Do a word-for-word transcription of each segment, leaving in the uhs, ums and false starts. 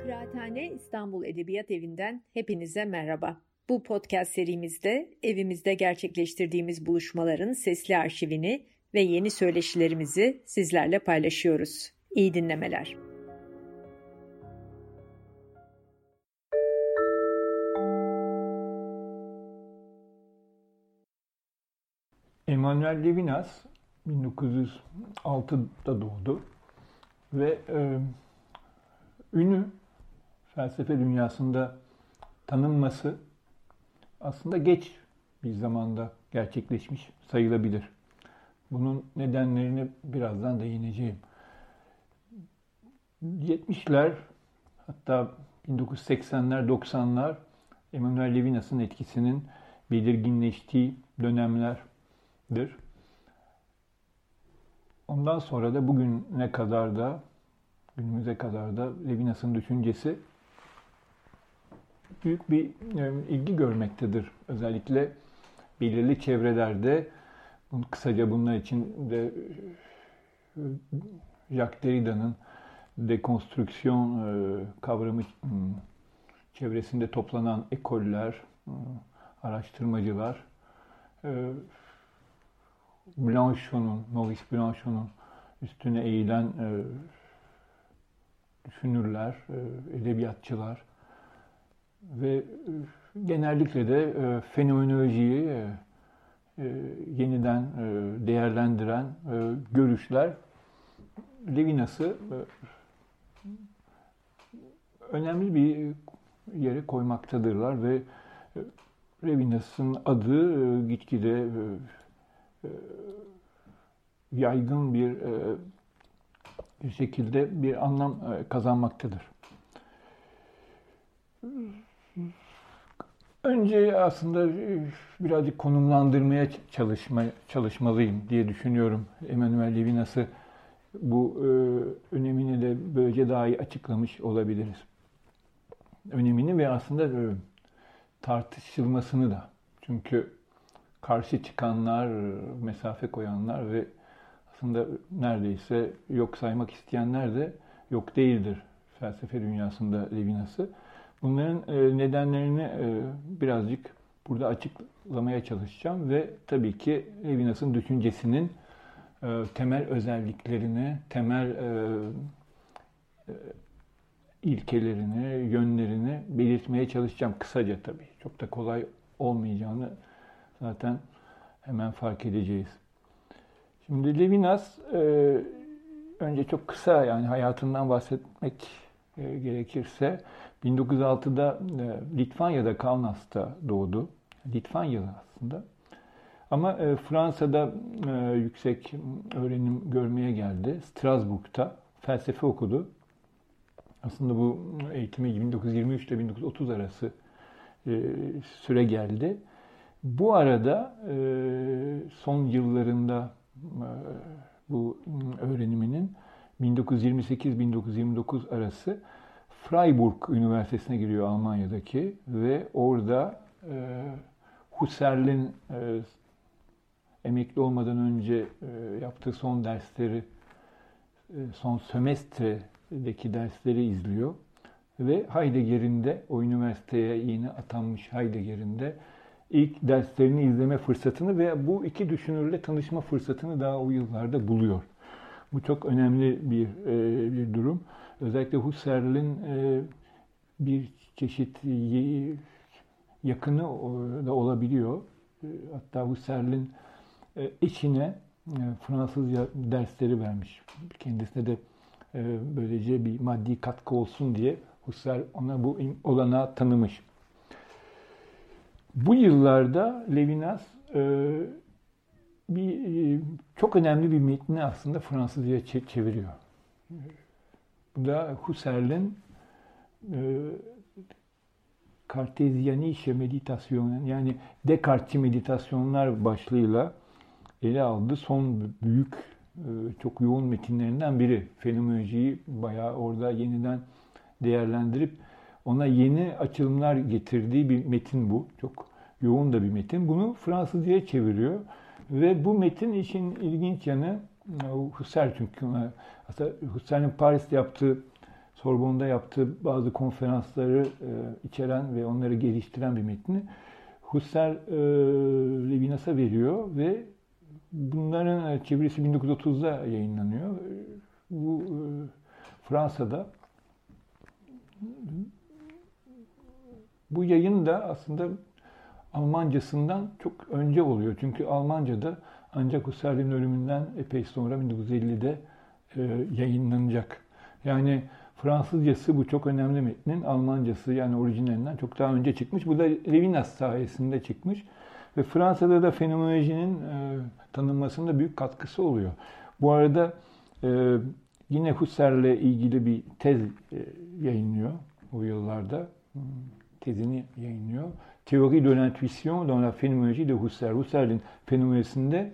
Kıraathane İstanbul Edebiyat Evi'nden hepinize merhaba. Bu podcast serimizde evimizde gerçekleştirdiğimiz buluşmaların sesli arşivini ve yeni söyleşilerimizi sizlerle paylaşıyoruz. İyi dinlemeler. Emmanuel Levinas bin dokuz yüz altıda doğdu ve e, ünü felsefe dünyasında tanınması aslında geç bir zamanda gerçekleşmiş sayılabilir. Bunun nedenlerini birazdan değineceğim. yetmişler hatta bin dokuz yüz seksenler doksanlar Emmanuel Levinas'ın etkisinin belirginleştiği dönemlerdir. Ondan sonra da bugüne kadar da günümüze kadar da Levinas'ın düşüncesi büyük bir ilgi görmektedir. Özellikle belirli çevrelerde, kısaca bunlar için de Jacques Derrida'nın dekonstrüksiyon kavramı çevresinde toplanan ekoller, araştırmacılar, Blanchot'un, Maurice Blanchot'un üstüne eğilen düşünürler, edebiyatçılar ve genellikle de fenomenolojiyi yeniden değerlendiren görüşler Levinas'ı önemli bir yere koymaktadırlar ve Levinas'ın adı gitgide yaygın bir bir şekilde bir anlam kazanmaktadır. Önce aslında birazcık konumlandırmaya çalışma, çalışmalıyım diye düşünüyorum Emmanuel Levinas'ı. Bu e, önemini de böylece daha iyi açıklamış olabiliriz. Önemini ve aslında e, tartışılmasını da. Çünkü karşı çıkanlar, mesafe koyanlar ve aslında neredeyse yok saymak isteyenler de yok değildir felsefe dünyasında Levinas'ı. Bunların nedenlerini birazcık burada açıklamaya çalışacağım ve tabii ki Levinas'ın düşüncesinin temel özelliklerini, temel ilkelerini, yönlerini belirtmeye çalışacağım kısaca tabii. Çok da kolay olmayacağını zaten hemen fark edeceğiz. Şimdi Levinas, önce çok kısa yani hayatından bahsetmek gerekirse bin dokuz yüz altıda Litvanya'da Kaunas'ta doğdu. Litvanyalı aslında. Ama Fransa'da yüksek öğrenim görmeye geldi. Strasbourg'da felsefe okudu. Aslında bu eğitimi bin dokuz yüz yirmi üç ile bin dokuz yüz otuz arası süre geldi. Bu arada son yıllarında bu öğreniminin bin dokuz yüz yirmi sekiz bin dokuz yüz yirmi dokuz arası Freiburg Üniversitesi'ne giriyor Almanya'daki ve orada e, Husserl'in e, emekli olmadan önce e, yaptığı son dersleri, e, son sömestredeki dersleri izliyor ve Heidegger'in de o üniversiteye yeni atanmış Heidegger'in de ilk derslerini izleme fırsatını ve bu iki düşünürle tanışma fırsatını daha o yıllarda buluyor. Bu çok önemli bir e, bir durum. Özellikle Husserl'in e, bir çeşit yakını da olabiliyor. E, hatta Husserl'in e, eşine e, Fransızca dersleri vermiş. Kendisine de e, böylece bir maddi katkı olsun diye Husserl ona bu olanağı tanımış. Bu yıllarda Levinas e, bir çok önemli bir metni aslında Fransızca'ya çeviriyor. Bu da Husserl'in e, Kartezyanische Meditasyonen yani Descartes'ci meditasyonlar başlığıyla ele aldığı son büyük e, çok yoğun metinlerinden biri. Fenomenolojiyi bayağı orada yeniden değerlendirip ona yeni açılımlar getirdiği bir metin bu. Çok yoğun da bir metin. Bunu Fransızca'ya çeviriyor. Ve bu metin işin ilginç yanı Husserl çünkü aslında Husserl'in Paris'te yaptığı Sorbonne'da yaptığı bazı konferansları e, içeren ve onları geliştiren bir metni Husserl e, Levinas'a veriyor ve bunların çevirisi bin dokuz yüz otuzda yayınlanıyor. Bu e, Fransa'da. Bu yayın da aslında Almancasından çok önce oluyor. Çünkü Almanca'da ancak Husserl'in ölümünden epey sonra bin dokuz yüz ellide e, yayınlanacak. Yani Fransızcası bu çok önemli metnin, Almancası yani orijinalinden çok daha önce çıkmış. Bu da Levinas sayesinde çıkmış. Ve Fransa'da da fenomenolojinin e, tanınmasında büyük katkısı oluyor. Bu arada e, yine Husserl'le ilgili bir tez e, yayınlıyor o yıllarda. Tezini yayınlıyor. Théorie de l'intuition dans la phénoménologie de Husserl. Husserl'in fenomenolojisinde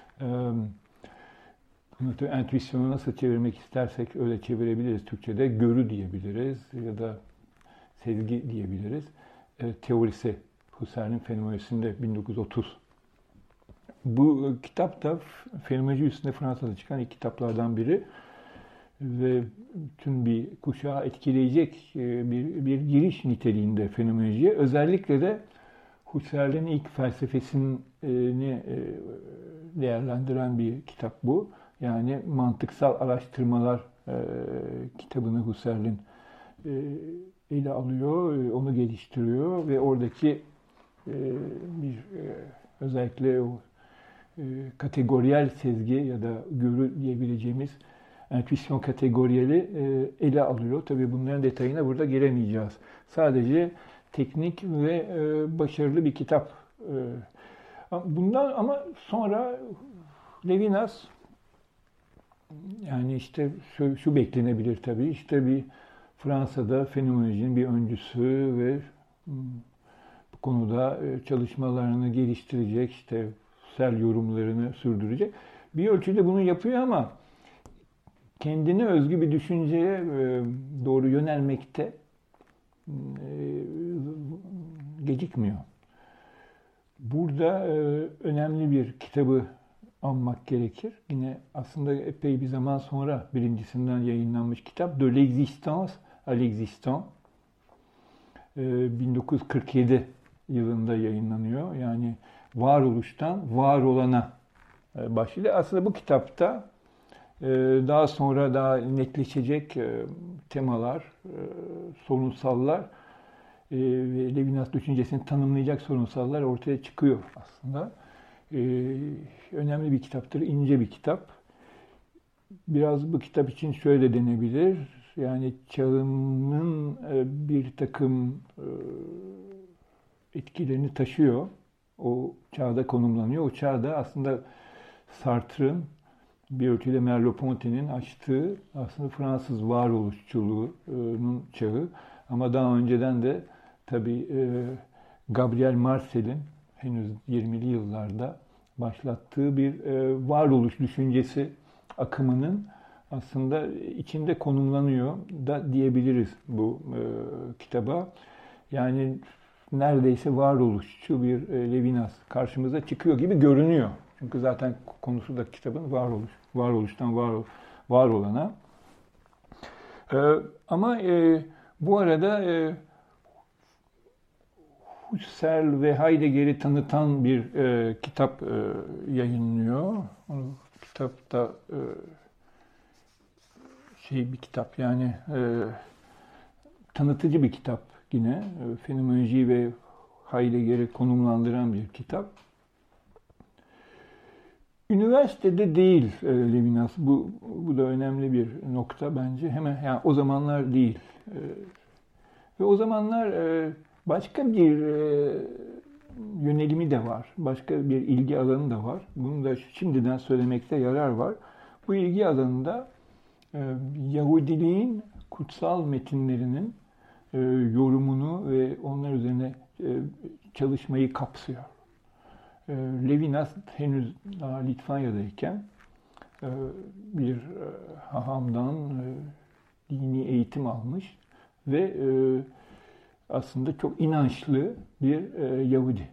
e, intuisyonu nasıl çevirmek istersek öyle çevirebiliriz. Türkçe'de görü diyebiliriz ya da sezgi diyebiliriz. E, teorisi Husserl'in fenomenolojisinde bin dokuz yüz otuz. Bu e, kitap da fenomenoloji üstünde Fransa'da çıkan ilk kitaplardan biri ve bütün bir kuşağı etkileyecek e, bir, bir giriş niteliğinde fenomenolojiye. Özellikle de Husserl'in ilk felsefesini e, değerlendiren bir kitap bu. Yani mantıksal araştırmalar e, kitabını Husserl'in e, ele alıyor, onu geliştiriyor ve oradaki e, bir e, özellikle o e, kategoriyel sezgi ya da görü diyebileceğimiz intuisyon kategoriyeli e, ele alıyor. Tabii bunların detayına burada giremeyeceğiz. Sadece teknik ve e, başarılı bir kitap. E, bundan ama sonra Levinas yani işte şu, şu beklenebilir tabii. İşte bir Fransa'da fenomenolojinin bir öncüsü ve bu konuda çalışmalarını geliştirecek, işte Husserl yorumlarını sürdürecek. Bir ölçüde bunu yapıyor ama kendine özgü bir düşünceye doğru yönelmekte gecikmiyor. Burada önemli bir kitabı anmak gerekir. Yine aslında epey bir zaman sonra birincisinden yayınlanmış kitap De l'existence à l'existant. bin dokuz yüz kırk yedi yılında yayınlanıyor. Yani varoluştan var olana başlıyor. Aslında bu kitapta daha sonra daha netleşecek temalar, sorunsallar ve Levinas düşüncesini tanımlayacak sorunsallar ortaya çıkıyor aslında. Önemli bir kitaptır, ince bir kitap. Biraz bu kitap için şöyle denebilir. Yani çağının bir takım etkilerini taşıyor. O çağda konumlanıyor. O çağda aslında Sartre'ın bir ölçüde Merleau-Ponty'nin açtığı aslında Fransız varoluşçuluğunun çağı. Ama daha önceden de tabii Gabriel Marcel'in henüz yirmili yıllarda başlattığı bir varoluş düşüncesi akımının aslında içinde konumlanıyor da diyebiliriz bu kitaba. Yani neredeyse varoluşçu bir Levinas karşımıza çıkıyor gibi görünüyor. Çünkü zaten konusu da kitabın varoluş, varoluştan var, var olana. Ee, ama e, bu arada e, Husserl ve Heidegger'i tanıtan bir e, kitap e, yayınlıyor. O kitap da e, şey bir kitap yani e, tanıtıcı bir kitap yine. E, fenomenoloji ve Heidegger'i konumlandıran bir kitap. Üniversitede değil e, Levinas. Bu bu da önemli bir nokta bence. Hemen yani o zamanlar değil. E, ve o zamanlar e, başka bir e, yönelimi de var. Başka bir ilgi alanı da var. Bunu da şimdiden söylemekte yarar var. Bu ilgi alanında e, Yahudiliğin kutsal metinlerinin e, yorumunu ve onlar üzerine e, çalışmayı kapsıyor. Levinas henüz daha Litvanya'dayken bir hahamdan dini eğitim almış ve aslında çok inançlı bir Yahudi.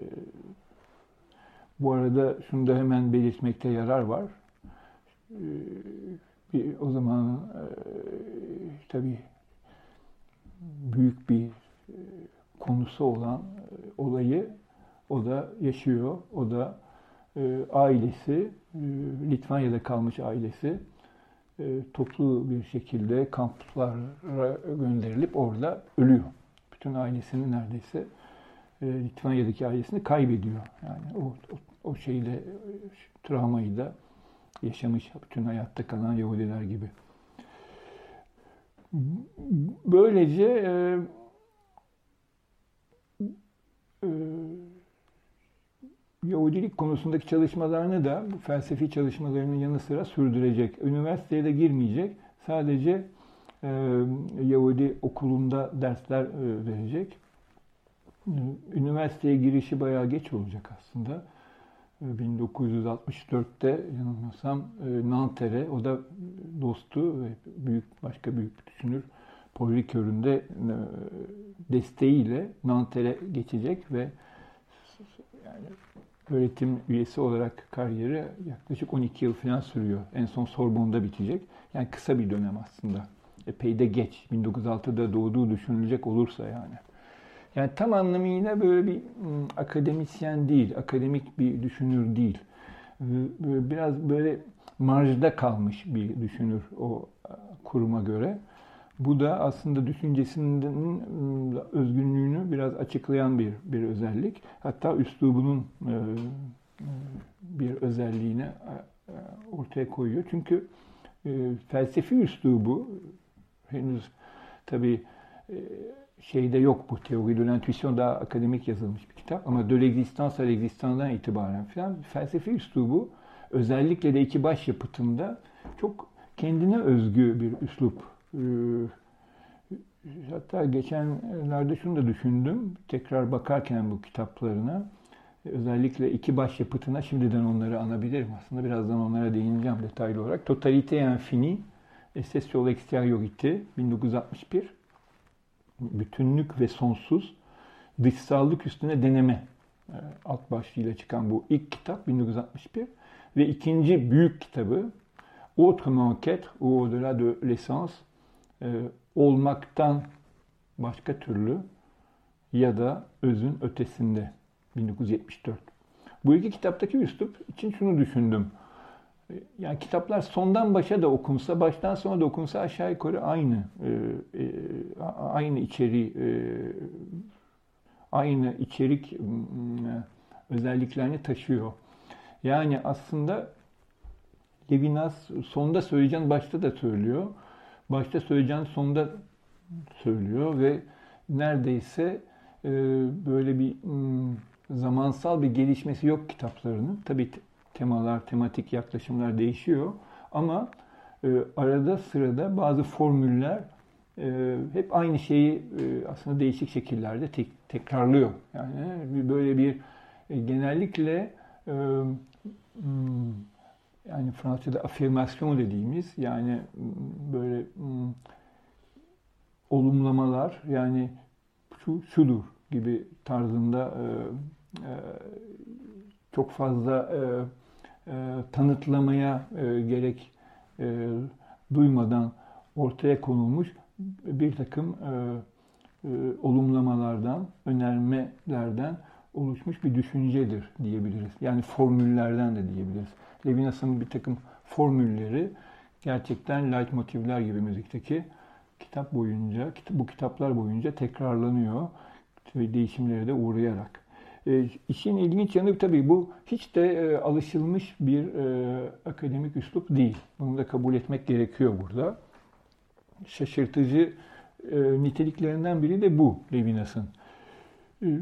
Bu arada şunu da hemen belirtmekte yarar var. Bir, o zaman tabii büyük bir konusu olan olayı o da yaşıyor. O da ailesi, Litvanya'da kalmış ailesi toplu bir şekilde kamplara gönderilip orada ölüyor. Bütün ailesini neredeyse Litvanya'daki ailesini kaybediyor. Yani o, o, o şeyle travmayı da yaşamış bütün hayatta kalan Yahudiler gibi. Böylece e, e, Yahudilik konusundaki çalışmalarını da bu felsefi çalışmalarının yanı sıra sürdürecek. Üniversiteye de girmeyecek. Sadece e, Yahudi okulunda dersler e, verecek. Üniversiteye girişi bayağı geç olacak aslında. bin dokuz yüz altmış dörtte yanılmıyorsam Nanter'e, o da dostu ve büyük başka büyük bir düşünür Paul Ricoeur'ün de desteğiyle Nanter'e geçecek ve yani öğretim üyesi olarak kariyeri yaklaşık on iki yıl falan sürüyor. En son Sorbonne'da bitecek. Yani kısa bir dönem aslında. Epey de geç. bin dokuz yüz altıda doğduğu düşünülecek olursa yani. Yani tam anlamıyla böyle bir akademisyen değil, akademik bir düşünür değil. Biraz böyle marjda kalmış bir düşünür o kuruma göre. Bu da aslında düşüncesinin özgünlüğünü biraz açıklayan bir bir özellik. Hatta üslubunun bir özelliğini ortaya koyuyor. Çünkü felsefi üslubu henüz tabii şeyde yok bu. Théorie de l'intuition daha akademik yazılmış bir kitap. Ama de l'existence à l'existence'dan itibaren falan felsefi üslubu özellikle de iki başyapıtında çok kendine özgü bir üslup. Hatta geçenlerde şunu da düşündüm. Tekrar bakarken bu kitaplarına, özellikle iki başyapıtına şimdiden onları anabilirim. Aslında birazdan onlara değineceğim detaylı olarak. Totalité infinie, Essai sur l'extériorité, bin dokuz yüz altmış bir. Bütünlük ve sonsuz, dışsallık üstüne deneme alt başlığıyla çıkan bu ilk kitap bin dokuz yüz altmış bir. Ve ikinci büyük kitabı Autrement qu'être ou au-delà de l'essence, olmaktan başka türlü ya da özün ötesinde, bin dokuz yüz yetmiş dört. Bu iki kitaptaki üslup için şunu düşündüm. Yani kitaplar sondan başa da okunsa, baştan sona da okunsa aşağı yukarı aynı e, e, aynı içeriği, e, aynı içerik e, özelliklerini taşıyor. Yani aslında Levinas sonda söyleyeceğini başta da söylüyor. Başta söyleyeceğini sonda söylüyor ve neredeyse e, böyle bir m, zamansal bir gelişmesi yok kitaplarının. Tabii temalar, tematik yaklaşımlar değişiyor ama e, arada sırada bazı formüller e, hep aynı şeyi e, aslında değişik şekillerde tek, tekrarlıyor. Yani böyle bir e, genellikle e, m, yani Fransızca'da affirmasyon dediğimiz yani böyle m, olumlamalar yani şu şudur gibi tarzında e, e, çok fazla e, e, tanıtlamaya e, gerek e, duymadan ortaya konulmuş bir takım e, e, olumlamalardan, önermelerden oluşmuş bir düşüncedir diyebiliriz. Yani formüllerden de diyebiliriz. Levinas'ın bir takım formülleri gerçekten leitmotivler gibi müzikteki kitap boyunca, bu kitaplar boyunca tekrarlanıyor ve değişimlere de uğrayarak. E, işin ilginç yanı tabii bu hiç de e, alışılmış bir e, akademik üslup değil. Bunu da kabul etmek gerekiyor burada. Şaşırtıcı e, niteliklerinden biri de bu Levinas'ın. E,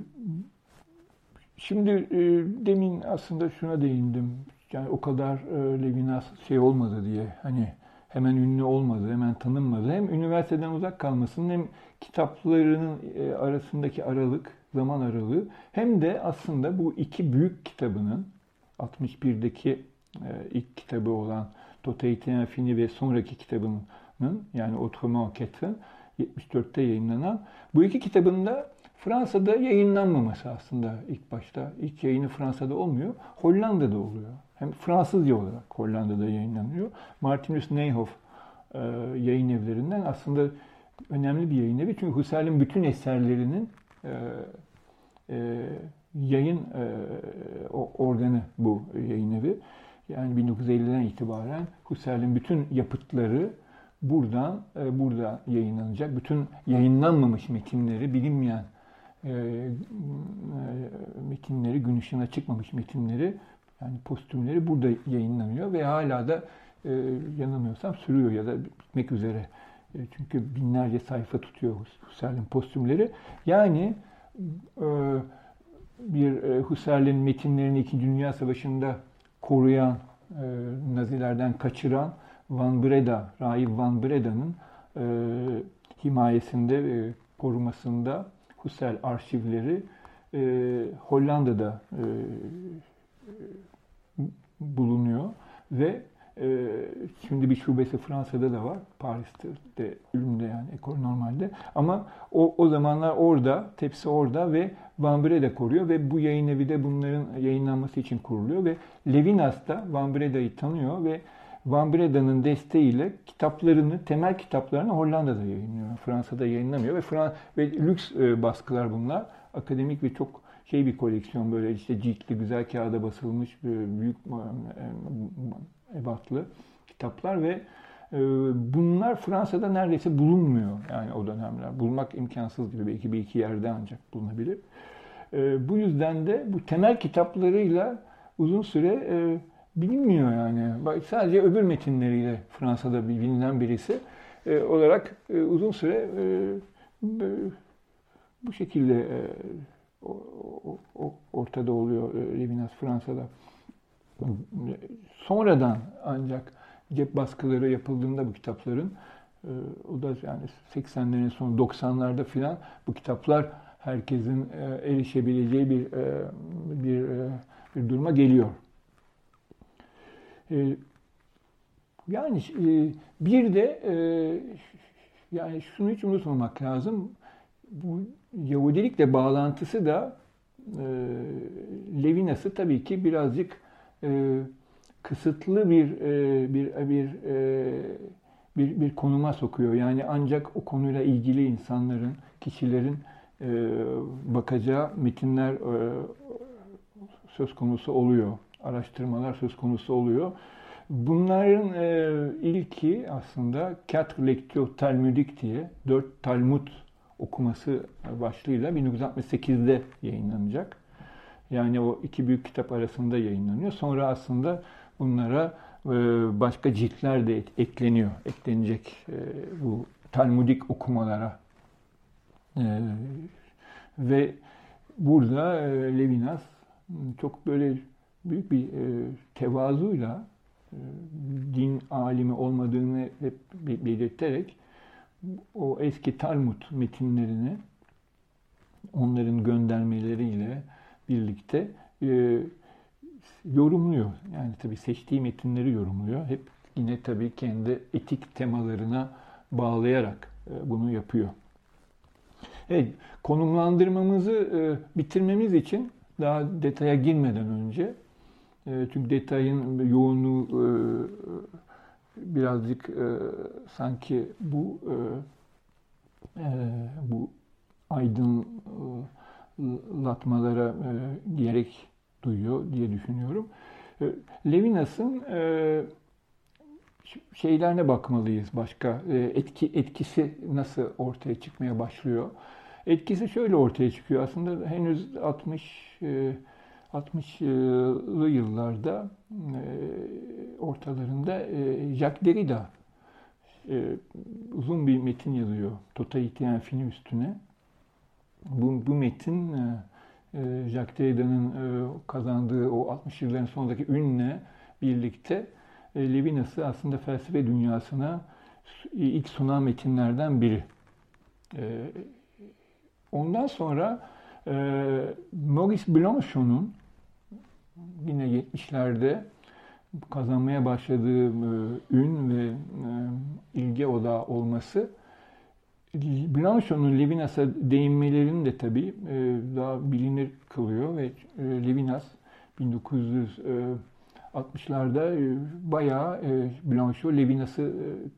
şimdi e, demin aslında şuna değindim. Yani o kadar e, Levinas şey olmadı diye hani hemen ünlü olmadı, hemen tanınmadı. Hem üniversiteden uzak kalmasının hem kitaplarının e, arasındaki aralık, zaman aralığı hem de aslında bu iki büyük kitabının altmış birdeki e, ilk kitabı olan Totalité infinie ve sonraki kitabının yani Autrement qu'être yetmiş dörtte yayınlanan bu iki kitabın da Fransa'da yayınlanmaması aslında ilk başta. İlk yayını Fransa'da olmuyor, Hollanda'da oluyor. Hem Fransızca olarak Hollanda'da yayınlanıyor. Martinus Nijhoff e, yayın evlerinden. Aslında önemli bir yayın evi. Çünkü Husserl'in bütün eserlerinin e, e, yayın e, organı bu yayın evi. Yani bin dokuz yüz elliden itibaren Husserl'in bütün yapıtları buradan e, burada yayınlanacak. Bütün yayınlanmamış metinleri, bilinmeyen e, e, metinleri, gün ışığına çıkmamış metinleri, yani postümleri burada yayınlanıyor ve hala da e, yanılmıyorsam sürüyor ya da bitmek üzere. E, çünkü binlerce sayfa tutuyor Husserl'in postümleri. Yani e, bir e, Husserl'in metinlerini İkinci Dünya Savaşı'nda koruyan, e, Nazilerden kaçıran Van Breda, Rahip Van Breda'nın e, himayesinde, e, korumasında Husserl arşivleri e, Hollanda'da e, bulunuyor ve e, şimdi bir şubesi Fransa'da da var, Paris'te de, Ülm'de, yani Ekol Normal'de. Ama o o zamanlar orada, tepsi orada ve Van Breda koruyor ve bu yayın evi de bunların yayınlanması için kuruluyor ve Levinas da Van Breda'yı tanıyor ve Van Breda'nın desteğiyle kitaplarını, temel kitaplarını Hollanda'da yayınlıyor. Fransa'da yayınlamıyor ve Frans ve lüks e, baskılar bunlar. Akademik ve çok şey bir koleksiyon, böyle işte ciltli, güzel kağıda basılmış büyük ebatlı kitaplar ve e, bunlar Fransa'da neredeyse bulunmuyor. Yani o dönemler bulmak imkansız gibi, belki bir iki yerde ancak bulunabilir. E, bu yüzden de bu temel kitaplarıyla uzun süre e, bilinmiyor yani. Sadece öbür metinleriyle Fransa'da bilinen birisi e, olarak e, uzun süre e, bu şekilde e, o, o, ortada oluyor Levinas Fransa'da. Sonradan ancak cep baskıları yapıldığında bu kitapların, o da yani seksenlerin sonu doksanlarda filan bu kitaplar herkesin erişebileceği bir bir bir duruma geliyor. Yani bir de yani şunu hiç unutmamak lazım. Bu Yahudilikle bağlantısı da e, Levinas'ı tabii ki birazcık e, kısıtlı bir e, bir bir, e, bir bir konuma sokuyor. Yani ancak o konuyla ilgili insanların, kişilerin e, bakacağı metinler e, söz konusu oluyor, araştırmalar söz konusu oluyor. Bunların e, ilki aslında Quatre Lectures Talmudiques diye, dört Talmud okuması başlığıyla bin dokuz yüz altmış sekizde yayınlanacak. Yani o iki büyük kitap arasında yayınlanıyor. Sonra aslında bunlara başka ciltler de ekleniyor, eklenecek bu Talmudik okumalara. Ve burada Levinas çok böyle büyük bir tevazuyla, din alimi olmadığını hep belirterek, o eski Talmud metinlerini onların göndermeleriyle birlikte e, yorumluyor. Yani tabii seçtiği metinleri yorumluyor. Hep yine tabii kendi etik temalarına bağlayarak e, bunu yapıyor. Evet, konumlandırmamızı e, bitirmemiz için daha detaya girmeden önce, e, çünkü detayın yoğunluğu e, birazcık e, sanki bu e, e, bu aydınlatmalara e, gerek duyuyor diye düşünüyorum. E, Levinas'ın e, şeylerine bakmalıyız başka. E, etki etkisi nasıl ortaya çıkmaya başlıyor? Etkisi şöyle ortaya çıkıyor. Aslında henüz altmış e, altmışlı yıllarda ortalarında Jacques Derrida uzun bir metin yazıyor. Totalite infini üstüne. Bu, bu metin Jacques Derrida'nın kazandığı o altmış yılların sonundaki ünle birlikte Levinas'ı aslında felsefe dünyasına ilk sunan metinlerden biri. Ondan sonra Maurice Blanchot'un yine yetmişlerde kazanmaya başladığı ün ve ilgi odağı olması, Blanchot'un Levinas'a değinmelerini de tabii daha bilinir kılıyor ve Levinas bin dokuz yüz altmışlarda bayağı Blanchot Levinas'ı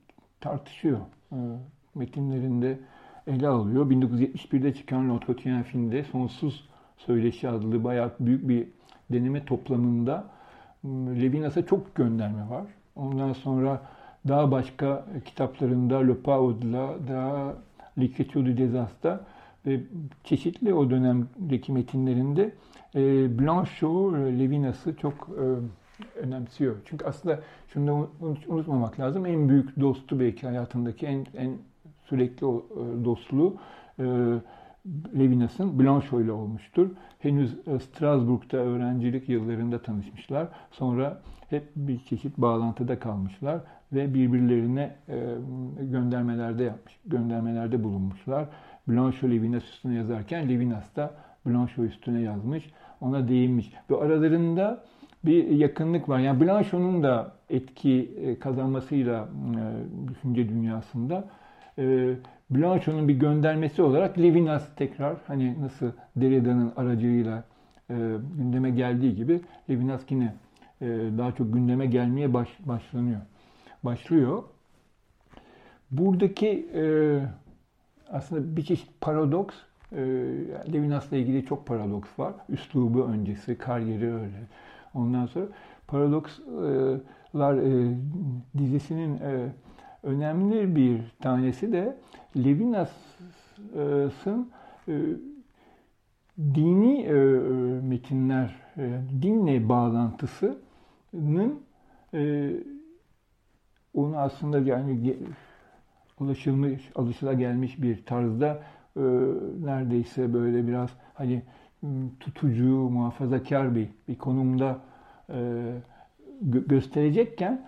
tartışıyor. E, metinlerinde ele alıyor. bin dokuz yüz yetmiş birde çıkan L'Autre Quotidien filmde Sonsuz Söyleşi adlı bayağı büyük bir deneme toplamında Levinas'a çok gönderme var. Ondan sonra daha başka kitaplarında Le Pas au-delà, daha L'Écriture du désastre ve çeşitli o dönemdeki metinlerinde e, Blanchot Levinas'ı çok e, önemsiyor. Çünkü aslında şunu da unutmamak lazım. En büyük dostu belki hayatındaki en en sürekli o, e, dostluğu e, Levinas'ın Blanchot ile olmuştur. Henüz Strasbourg'da öğrencilik yıllarında tanışmışlar. Sonra hep bir çeşit bağlantıda kalmışlar ve birbirlerine e, göndermelerde yapmış, göndermelerde bulunmuşlar. Blanchot Levinas üstüne yazarken Levinas da Blanchot üstüne yazmış, ona değinmiş. Ve aralarında bir yakınlık var. Yani Blanchot'un da etki kazanmasıyla e, düşünce dünyasında e, Blanchot'un bir göndermesi olarak Levinas tekrar hani nasıl Derrida'nın aracılığıyla e, gündeme geldiği gibi Levinas yine e, daha çok gündeme gelmeye baş, başlanıyor. Başlıyor. Buradaki e, aslında bir çeşit paradoks, e, Levinas'la ilgili çok paradoks var. Üslubu öncesi, kariyeri öyle. Ondan sonra paradokslar e, dizisinin e, önemli bir tanesi de Levinas'ın e, dini e, metinler, e, dinle bağlantısının e, onu aslında yani ulaşılmış, alışılagelmiş bir tarzda e, neredeyse böyle biraz hani tutucu, muhafazakar bir, bir konumda e, gö- gösterecekken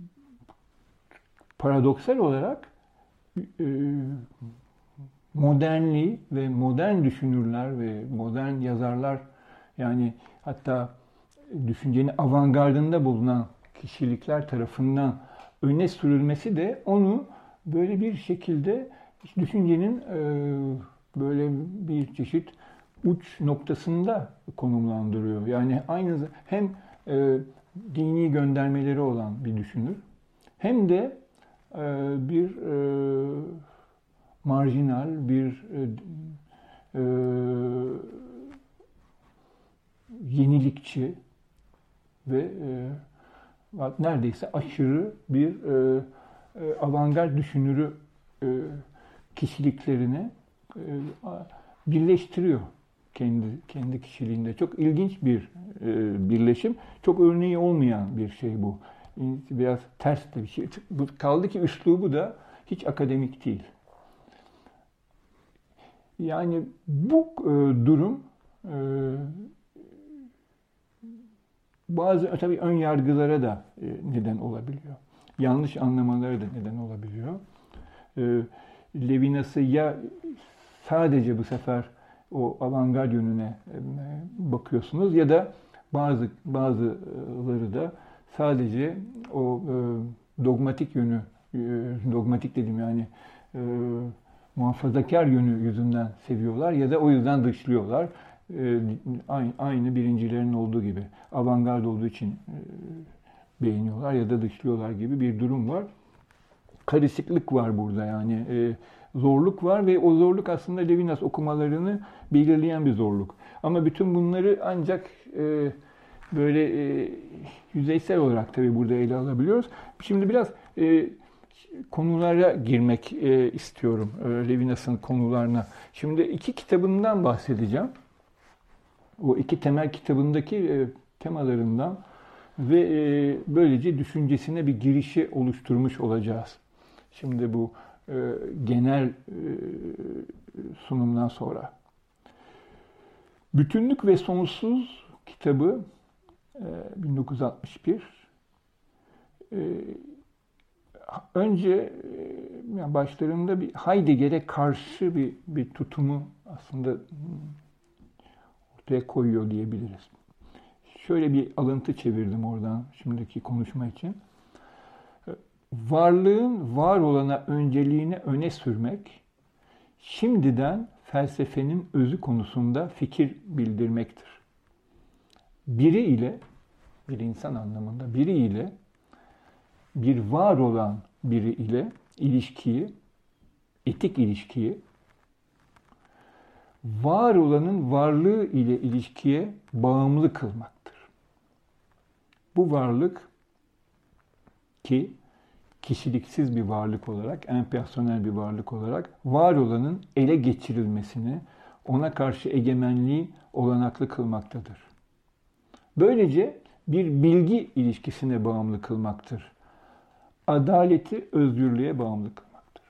paradoksal olarak e, modernliği ve modern düşünürler ve modern yazarlar yani hatta düşüncenin avantgardında bulunan kişilikler tarafından öne sürülmesi de onu böyle bir şekilde düşüncenin e, böyle bir çeşit uç noktasında konumlandırıyor. Yani aynı hem e, dini göndermeleri olan bir düşünür hem de e, bir e, marjinal, bir e, e, yenilikçi ve e, neredeyse aşırı bir e, e, avantgard düşünürü e, kişiliklerini e, birleştiriyor kendi kendi kişiliğinde. Çok ilginç bir e, birleşim. Çok örneği olmayan bir şey bu. Biraz ters de bir şey. Kaldı ki üslubu da hiç akademik değil. Yani bu e, durum e, bazı tabii ön yargılara da e, neden olabiliyor. Yanlış anlamalara da neden olabiliyor. E, Levinas'ı ya sadece bu sefer o avantgard yönüne bakıyorsunuz ya da bazı bazıları da sadece o e, dogmatik yönü, e, dogmatik dedim yani e, muhafazakar yönü yüzünden seviyorlar ya da o yüzden dışlıyorlar. E, aynı, aynı birincilerin olduğu gibi avantgard olduğu için e, beğeniyorlar ya da dışlıyorlar gibi bir durum var. Karışıklık var burada yani. E, zorluk var ve o zorluk aslında Levinas okumalarını belirleyen bir zorluk. Ama bütün bunları ancak e, böyle e, yüzeysel olarak tabii burada ele alabiliyoruz. Şimdi biraz e, konulara girmek e, istiyorum. E, Levinas'ın konularına. Şimdi iki kitabından bahsedeceğim. O iki temel kitabındaki e, temalarından ve e, böylece düşüncesine bir girişi oluşturmuş olacağız. Şimdi bu e, genel e, sunumdan sonra. Bütünlük ve Sonsuz kitabı e, bin dokuz yüz altmış bir. E, önce e, yani başlarında bir Heidegger'e karşı bir, bir tutumu aslında ortaya koyuyor diyebiliriz. Şöyle bir alıntı çevirdim oradan şimdiki konuşma için. Varlığın var olana önceliğini öne sürmek, şimdiden felsefenin özü konusunda fikir bildirmektir. Biri ile, bir insan anlamında biri ile, bir var olan biri ile ilişkiyi, etik ilişkiyi, var olanın varlığı ile ilişkiye bağımlı kılmaktır. Bu varlık ki kişiliksiz bir varlık olarak, empersonel bir varlık olarak var olanın ele geçirilmesini, ona karşı egemenliği olanaklı kılmaktadır. Böylece bir bilgi ilişkisine bağımlı kılmaktır. Adaleti özgürlüğe bağımlı kılmaktır.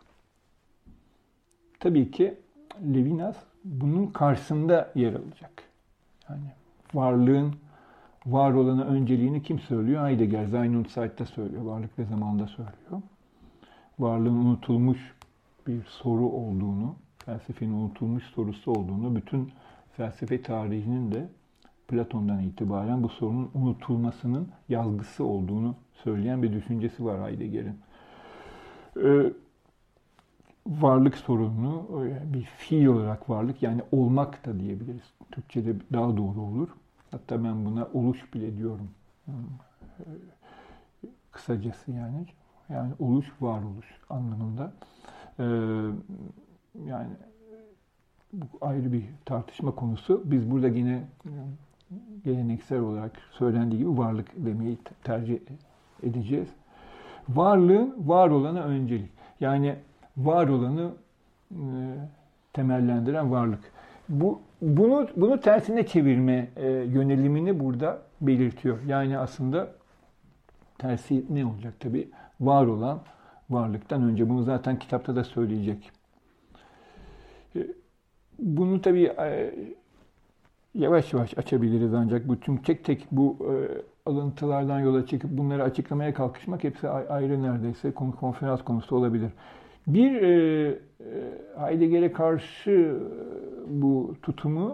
Tabii ki Levinas bunun karşısında yer alacak. Yani varlığın var olana önceliğini kim söylüyor? Heidegger, Sein und Zeit'te söylüyor. Varlık ve zamanda söylüyor. Varlığın unutulmuş bir soru olduğunu, felsefenin unutulmuş sorusu olduğunu, bütün felsefe tarihinin de Platon'dan itibaren bu sorunun unutulmasının yazgısı olduğunu söyleyen bir düşüncesi var Heidegger'in. Ee, varlık sorununu bir fiil olarak varlık, yani olmak da diyebiliriz. Türkçe'de daha doğru olur. Hatta ben buna oluş bile diyorum. Kısacası yani. Yani oluş, varoluş anlamında. Ee, yani bu ayrı bir tartışma konusu. Biz burada yine geleneksel olarak söylendiği gibi varlık demeyi tercih edeceğiz. Varlığın var olana öncelik. Yani var olanı e, temellendiren varlık. Bu bunu bunu tersine çevirme e, yönelimini burada belirtiyor. Yani aslında tersi ne olacak tabii? Var olan varlıktan önce. Bunu zaten kitapta da söyleyecek. E, bunu tabii e, yavaş yavaş açabiliriz, ancak bütün tek tek bu e, alıntılardan yola çıkıp bunları açıklamaya kalkışmak hepsi ayrı neredeyse konferans konusu olabilir. Bir e, Heidegger'e karşı bu tutumu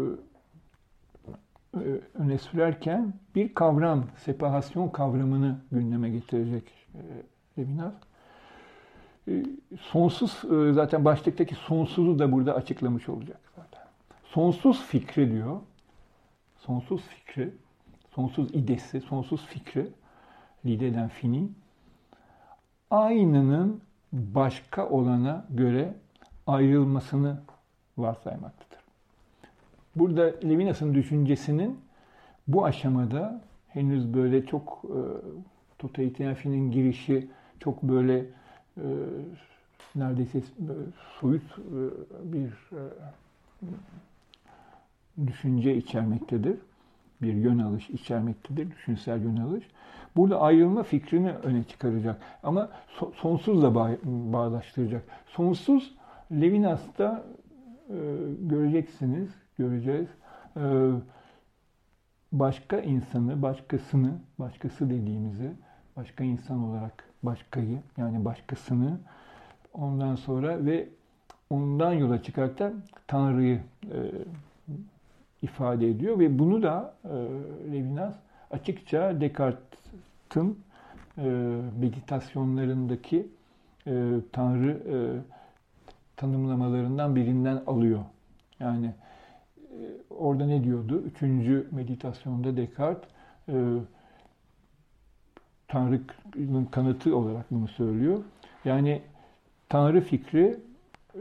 e, öne sürerken bir kavram, separasyon kavramını gündeme getirecek e, Levinas. E, sonsuz, e, zaten başlıktaki sonsuzu da burada açıklamış olacak zaten. Sonsuz fikri diyor, sonsuz fikri, sonsuz idesi, sonsuz fikri, l'idée d'infini, aynının başka olana göre ayrılmasını varsaymaktadır. Burada Levinas'ın düşüncesinin bu aşamada henüz böyle çok e, totaliter infini'nin girişi çok böyle e, neredeyse böyle soyut e, bir e, düşünce içermektedir. Bir yön alış içermektedir, düşünsel yön alış. Burada ayrılma fikrini öne çıkaracak ama so- sonsuzla bağ- bağdaştıracak. Sonsuz Levinas'ta e, göreceksiniz, göreceğiz. E, başka insanı, başkasını, başkası dediğimizi, başka insan olarak başkayı, yani başkasını, ondan sonra ve ondan yola çıkarak da Tanrı'yı e, ifade ediyor ve bunu da e, Levinas açıkça Descartes'in e, meditasyonlarındaki e, Tanrı e, tanımlamalarından birinden alıyor. Yani e, orada ne diyordu? Üçüncü meditasyonda Descartes e, Tanrı'nın kanıtı olarak bunu söylüyor. Yani Tanrı fikri e,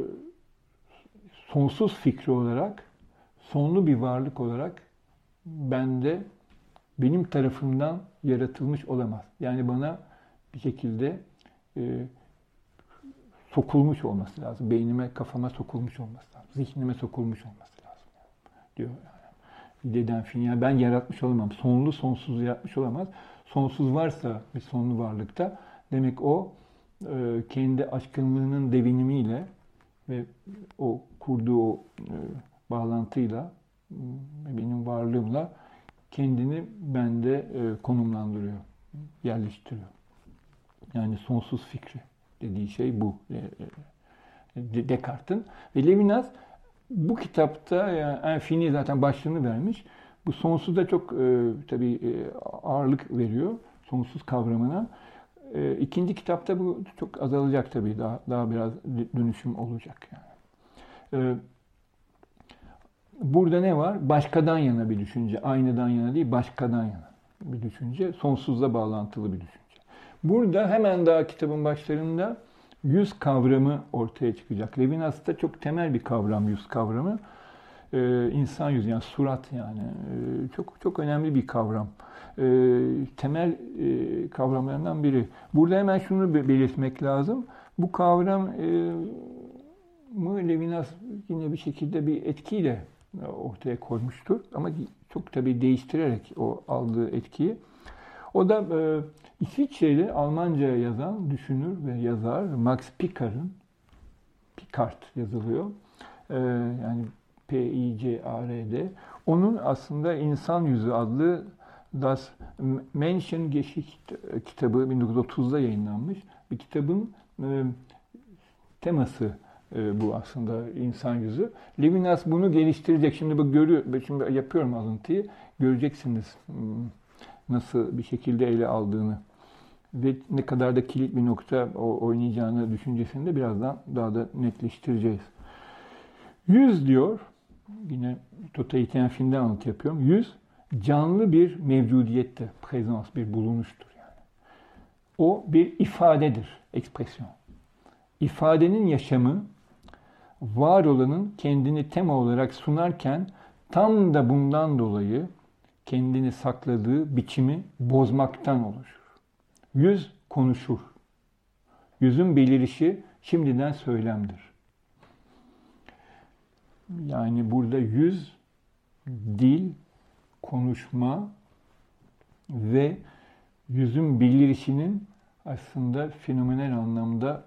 sonsuz fikri olarak, sonlu bir varlık olarak bende, benim tarafımdan yaratılmış olamaz. Yani bana bir şekilde e, sokulmuş olması lazım. Beynime, kafama sokulmuş olması lazım. Zihnime sokulmuş olması lazım. Diyor yani. L'idée d'infini. Yani ben yaratmış olamam. Sonlu sonsuzu yaratmış olamaz. Sonsuz varsa bir sonlu varlıkta, demek o e, kendi aşkınlığının devinimiyle ve o kurduğu o e, bağlantıyla, benim varlığımla kendini bende e, konumlandırıyor, yerleştiriyor. Yani sonsuz fikri dediği şey bu. E, Descartes'in. Ve Levinas bu kitapta, yani infini zaten başlığını vermiş. Bu sonsuza çok e, tabii e, ağırlık veriyor, sonsuz kavramına. E, ikinci kitapta bu çok azalacak tabii, daha daha biraz dönüşüm olacak yani. E, Burada ne var? Başkadan yana bir düşünce. Aynadan yana değil, başkadan yana bir düşünce. Sonsuzla bağlantılı bir düşünce. Burada hemen daha kitabın başlarında yüz kavramı ortaya çıkacak. Levinas'ta çok temel bir kavram yüz kavramı. Ee, insan yüzü yani surat yani ee, çok çok önemli bir kavram. Ee, temel e, kavramlarından biri. Burada hemen şunu belirtmek lazım. Bu kavram e, mı Levinas yine bir şekilde bir etkiyle ortaya koymuştur. Ama çok tabii değiştirerek o aldığı etkiyi. O da e, İsviçreli Almanca yazan düşünür ve yazar Max Picard'ın, Picard yazılıyor. E, yani P I C A R D. Onun aslında İnsan Yüzü adlı Das Menschengeschichte kitabı bin dokuz yüz otuzda yayınlanmış. Bir kitabın e, teması e, bu aslında insan yüzü. Levinas bunu geliştirecek. Şimdi bu görüyor, şimdi yapıyorum alıntıyı. Göreceksiniz nasıl bir şekilde ele aldığını ve ne kadar da kilit bir nokta oynayacağını düşüncesini de birazdan daha da netleştireceğiz. Yüz diyor, yine totaliter filmden alıntı yapıyorum. Yüz canlı bir mevcudiyette, prezans, bir bulunuştur yani. O bir ifadedir, ekspresyon. İfadenin yaşamı, var olanın kendini tema olarak sunarken tam da bundan dolayı kendini sakladığı biçimi bozmaktan oluşur. Yüz konuşur. Yüzün belirişi şimdiden söylemdir. Yani burada yüz, dil, konuşma ve yüzün belirişinin aslında fenomenal anlamda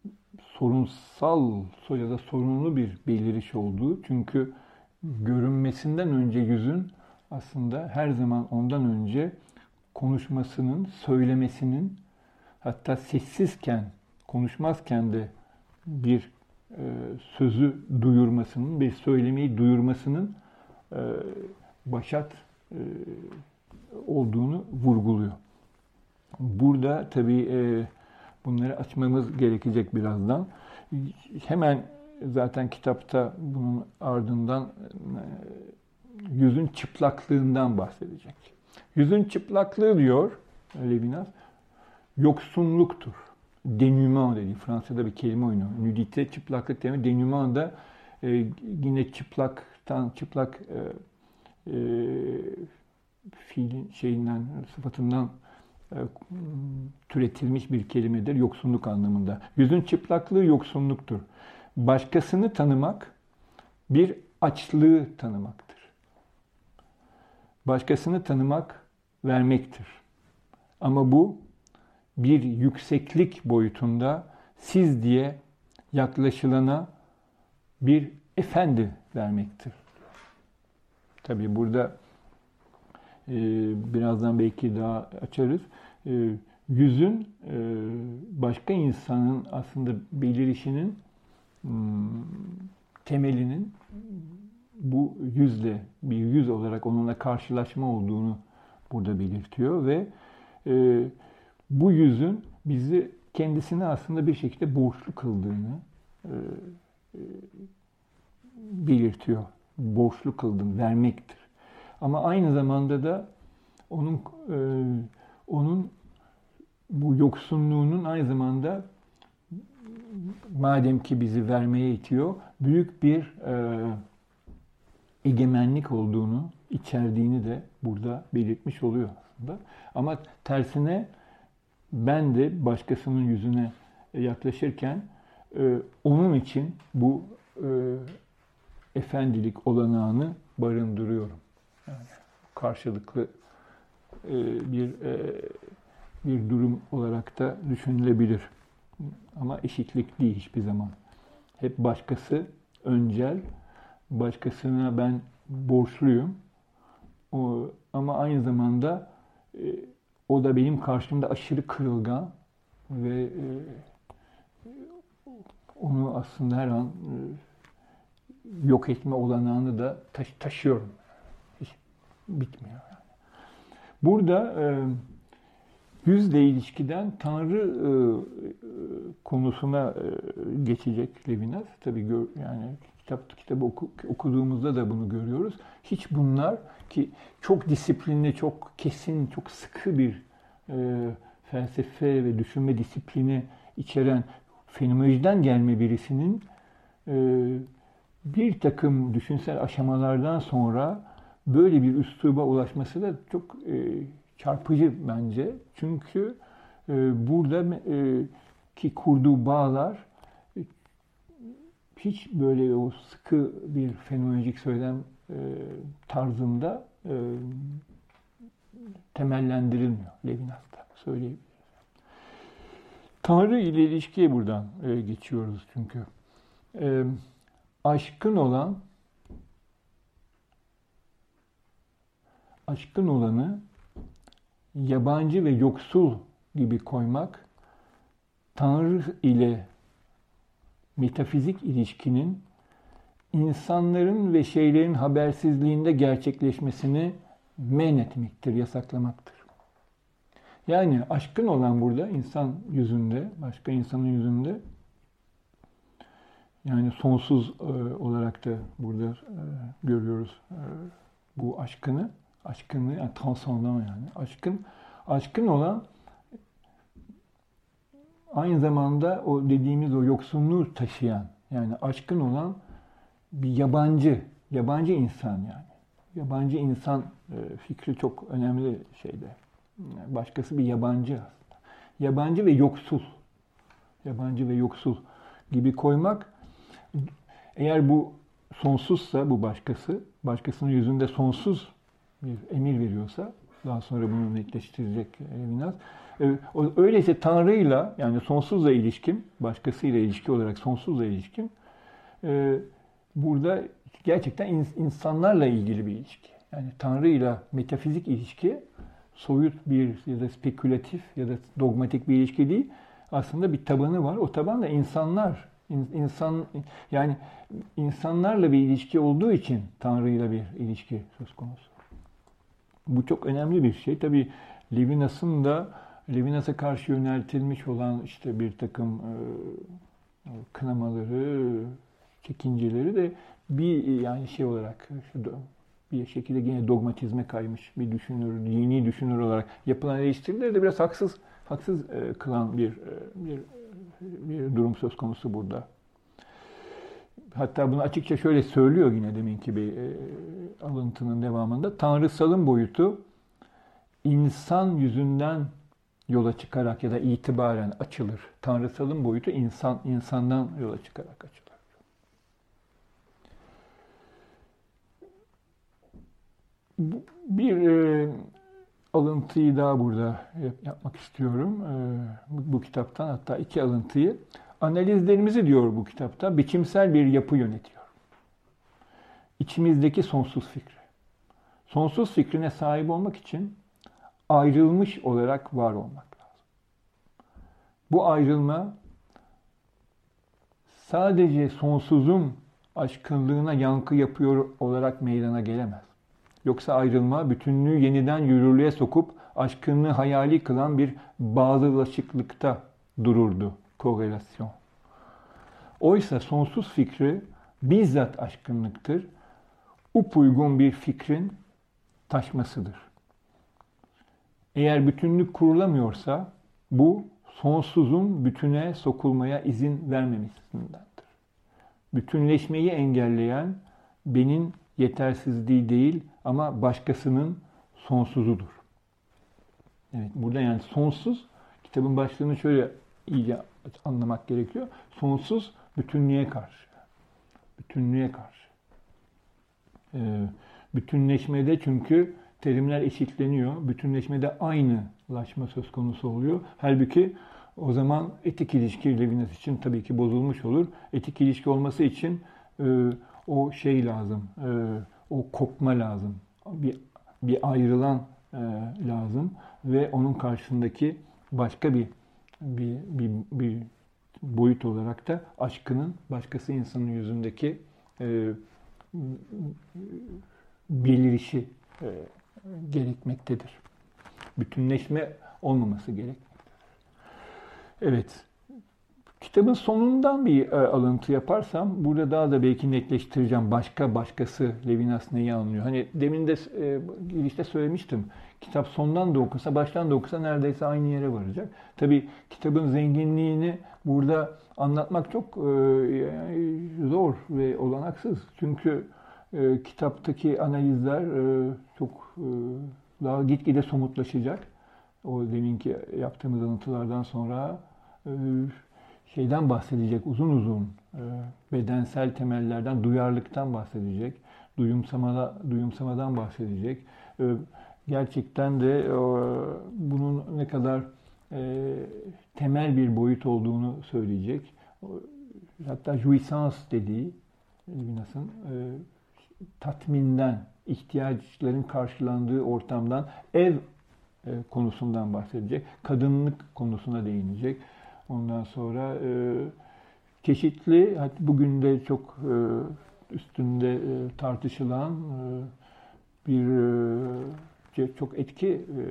sorunsal ya da sorunlu bir beliriş olduğu. Çünkü görünmesinden önce yüzün aslında her zaman ondan önce konuşmasının, söylemesinin, hatta sessizken, konuşmazken de bir e, sözü duyurmasının, bir söylemeyi duyurmasının e, başat e, olduğunu vurguluyor. Burada tabii e, bunları açmamız gerekecek birazdan. Hemen zaten kitapta bunun ardından e, yüzün çıplaklığından bahsedecek. Yüzün çıplaklığı diyor Levinas, yoksunluktur. Denouement dediği, Fransa'da bir kelime oyunu. Nudite, çıplaklık demek. Denouement da e, yine çıplaktan, çıplak e, e, fiilin şeyinden, sıfatından e, türetilmiş bir kelimedir. Yoksunluk anlamında. Yüzün çıplaklığı yoksunluktur. Başkasını tanımak bir açlığı tanımaktır. Başkasını tanımak vermektir. Ama bu bir yükseklik boyutunda siz diye yaklaşılana bir efendi vermektir. Tabii burada e, birazdan belki daha açarız. E, yüzün e, başka insanın aslında belirişinin m, temelinin bu yüzle, bir yüz olarak onunla karşılaşma olduğunu burada belirtiyor ve e, bu yüzün bizi kendisine aslında bir şekilde borçlu kıldığını e, e, belirtiyor. Borçlu kıldığını vermektir. Ama aynı zamanda da onun e, onun bu yoksunluğunun aynı zamanda madem ki bizi vermeye itiyor, büyük bir e, egemenlik olduğunu, içerdiğini de burada belirtmiş oluyor aslında. Ama tersine ben de başkasının yüzüne yaklaşırken e, onun için bu e, efendilik olanağını barındırıyorum. Yani karşılıklı e, bir e, bir durum olarak da düşünülebilir. Ama eşitlik değil hiçbir zaman. Hep başkası öncel, başkasına ben borçluyum. O, ama aynı zamanda e, o da benim karşımda aşırı kırılgan ve e, onu aslında her an e, yok etme olanağını da taş- taşıyorum. Hiç bitmiyor yani. Burada e, yüzle ilişkiden Tanrı e, konusuna e, geçecek Levinas. Tabii gör, yani kitap kitabı oku, okuduğumuzda da bunu görüyoruz. Hiç bunlar ki çok disiplinli, çok kesin, çok sıkı bir e, felsefe ve düşünme disiplini içeren fenomenolojiden gelme birisinin e, bir takım düşünsel aşamalardan sonra böyle bir üsluba ulaşması da çok e, çarpıcı bence. Çünkü e, burada e, ki kurduğu bağlar e, hiç böyle o sıkı bir fenomenolojik söylem e, tarzında e, temellendirilmiyor Levinas'ta, söyleyebiliriz. Tanrı ile ilişkiye buradan e, geçiyoruz çünkü. E, aşkın olan, aşkın olanı yabancı ve yoksul gibi koymak, Tanrı ile metafizik ilişkinin insanların ve şeylerin habersizliğinde gerçekleşmesini men etmektir, yasaklamaktır. Yani aşkın olan burada insan yüzünde, başka insanın yüzünde, yani sonsuz e, olarak da burada e, görüyoruz e, bu aşkını, aşkını yani transcendant yani aşkın, aşkın olan aynı zamanda o dediğimiz o yoksunluğu taşıyan, yani aşkın olan bir yabancı, yabancı insan yani. Yabancı insan e, fikri çok önemli şeyde. Başkası bir yabancı aslında. Yabancı ve yoksul. Yabancı ve yoksul gibi koymak, eğer bu sonsuzsa bu başkası, başkasının yüzünde sonsuz bir emir veriyorsa, daha sonra bunu netleştirecek Levinas. Öyleyse Tanrı'yla, yani sonsuzla ilişkim, başkasıyla ilişki olarak sonsuzla ilişkim, burada gerçekten insanlarla ilgili bir ilişki. Yani Tanrı'yla metafizik ilişki, soyut bir ya da spekülatif ya da dogmatik bir ilişki değil. Aslında bir tabanı var. O taban da insanlar. İnsan, yani insanlarla bir ilişki olduğu için Tanrı'yla bir ilişki söz konusu. Bu çok önemli bir şey. Tabii Levinas'ın da Levinas'a karşı yöneltilmiş olan işte bir takım e, kınamaları, çekinceleri de bir yani şey olarak bir şekilde yine dogmatizme kaymış bir düşünür, dini düşünür olarak yapılan eleştirileri de biraz haksız haksız e, kılan bir, e, bir bir durum söz konusu burada. Hatta bunu açıkça şöyle söylüyor yine deminki bir e, alıntının devamında. Tanrısalın boyutu insan yüzünden yola çıkarak ya da itibaren açılır. Tanrısalın boyutu insan insandan yola çıkarak açılır. Bir e, alıntıyı daha burada yapmak istiyorum. E, bu, bu kitaptan hatta iki alıntıyı. Analizlerimizi diyor bu kitapta biçimsel bir yapı yönetiyor. İçimizdeki sonsuz fikri. Sonsuz fikrine sahip olmak için ayrılmış olarak var olmak lazım. Bu ayrılma sadece sonsuzun aşkınlığına yankı yapıyor olarak meydana gelemez. Yoksa ayrılma bütünlüğü yeniden yürürlüğe sokup aşkınlığı hayali kılan bir bağlılaşıklıkta dururdu. Korelasyon. Oysa sonsuz fikri bizzat aşkınlıktır. Upuygun bir fikrin taşmasıdır. Eğer bütünlük kurulamıyorsa bu sonsuzun bütüne sokulmaya izin vermemesindendir. Bütünleşmeyi engelleyen benim yetersizliği değil ama başkasının sonsuzudur. Evet, burada yani sonsuz, kitabın başlığını şöyle iyice anlamak gerekiyor. Sonsuz bütünlüğe karşı. Bütünlüğe karşı. Ee, bütünleşmede çünkü terimler eşitleniyor. Bütünleşmede aynılaşma söz konusu oluyor. Halbuki o zaman etik ilişki Levinas için tabii ki bozulmuş olur. Etik ilişki olması için e, o şey lazım. E, o kopma lazım. Bir, bir ayrılan e, lazım. Ve onun karşısındaki başka bir bir, bir, bir boyut olarak da aşkının başkası insanın yüzündeki e, belirişi e, gerekmektedir. Bütünleşme olmaması gerekmektedir. Evet. Kitabın sonundan bir e, alıntı yaparsam burada daha da belki netleştireceğim. Başka başkası Levinas neyi anlıyor? Hani demin de e, girişte söylemiştim. kitap sondan da okusa, baştan da okusa neredeyse aynı yere varacak. Tabii kitabın zenginliğini burada anlatmak çok e, zor ve olanaksız. Çünkü e, kitaptaki analizler e, çok e, daha gitgide somutlaşacak. O deminki yaptığımız anlatılardan sonra e, şeyden bahsedecek uzun uzun, e, bedensel temellerden, duyarlılıktan bahsedecek, duyumsamada, duyumsamadan bahsedecek. E, gerçekten de e, bunun ne kadar e, temel bir boyut olduğunu söyleyecek. Hatta jouissance dediği, Levinas'ın e, tatminden, ihtiyaçların karşılandığı ortamdan, ev e, konusundan bahsedecek, kadınlık konusuna değinecek. Ondan sonra e, çeşitli, hatta bugün de çok e, üstünde e, tartışılan e, bir e, çok etki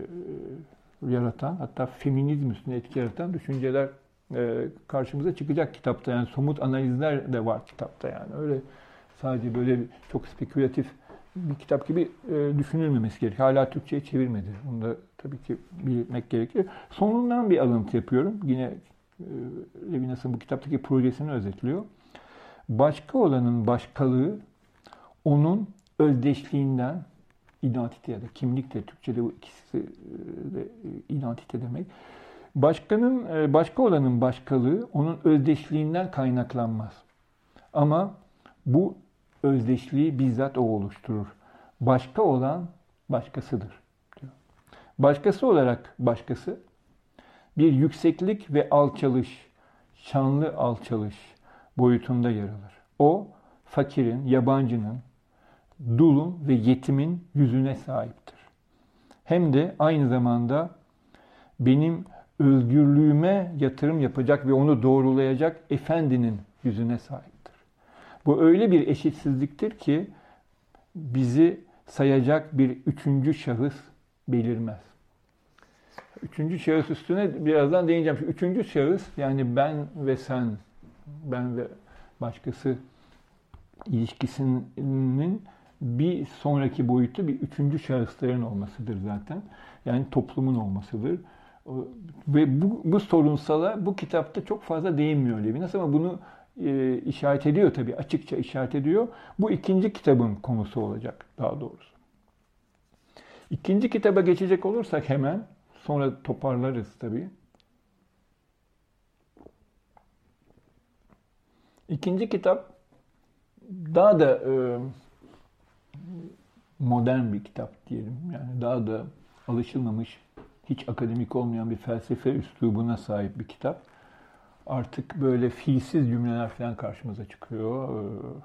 e, yaratan, hatta feminizm üstüne etki yaratan düşünceler e, karşımıza çıkacak kitapta. Yani somut analizler de var kitapta yani. Öyle sadece böyle çok spekülatif bir kitap gibi e, düşünülmemesi gerekiyor. Hala Türkçe'ye çevirmedi. Bunu da tabii ki bilmek gerekiyor. Sonundan bir alıntı yapıyorum. Yine Levinas'ın bu kitaptaki projesini özetliyor. Başka olanın başkalığı onun özdeşliğinden, identite ya da kimlik de Türkçe'de bu ikisi de identite demek. Başkanın, başka olanın başkalığı onun özdeşliğinden kaynaklanmaz. Ama bu özdeşliği bizzat o oluşturur. Başka olan başkasıdır diyor. Başkası olarak başkası bir yükseklik ve alçalış, şanlı alçalış boyutunda yer alır. O, fakirin, yabancının, dulun ve yetimin yüzüne sahiptir. Hem de aynı zamanda benim özgürlüğüme yatırım yapacak ve onu doğrulayacak efendinin yüzüne sahiptir. Bu öyle bir eşitsizliktir ki bizi sayacak bir üçüncü şahıs belirmez. Üçüncü şahıs üstüne birazdan değineceğim. Şu üçüncü şahıs, yani ben ve sen, ben ve başkası ilişkisinin bir sonraki boyutu bir üçüncü şahısların olmasıdır zaten. Yani toplumun olmasıdır. Ve bu, bu sorunsala bu kitapta çok fazla değinmiyor Levinas ama bunu e, işaret ediyor tabii. Açıkça işaret ediyor. Bu ikinci kitabın konusu olacak daha doğrusu. İkinci kitaba geçecek olursak hemen, sonra toparlarız tabii. İkinci kitap daha da e, modern bir kitap diyelim. Yani daha da alışılmamış, hiç akademik olmayan bir felsefe üslubuna sahip bir kitap. Artık böyle fiilsiz cümleler falan karşımıza çıkıyor.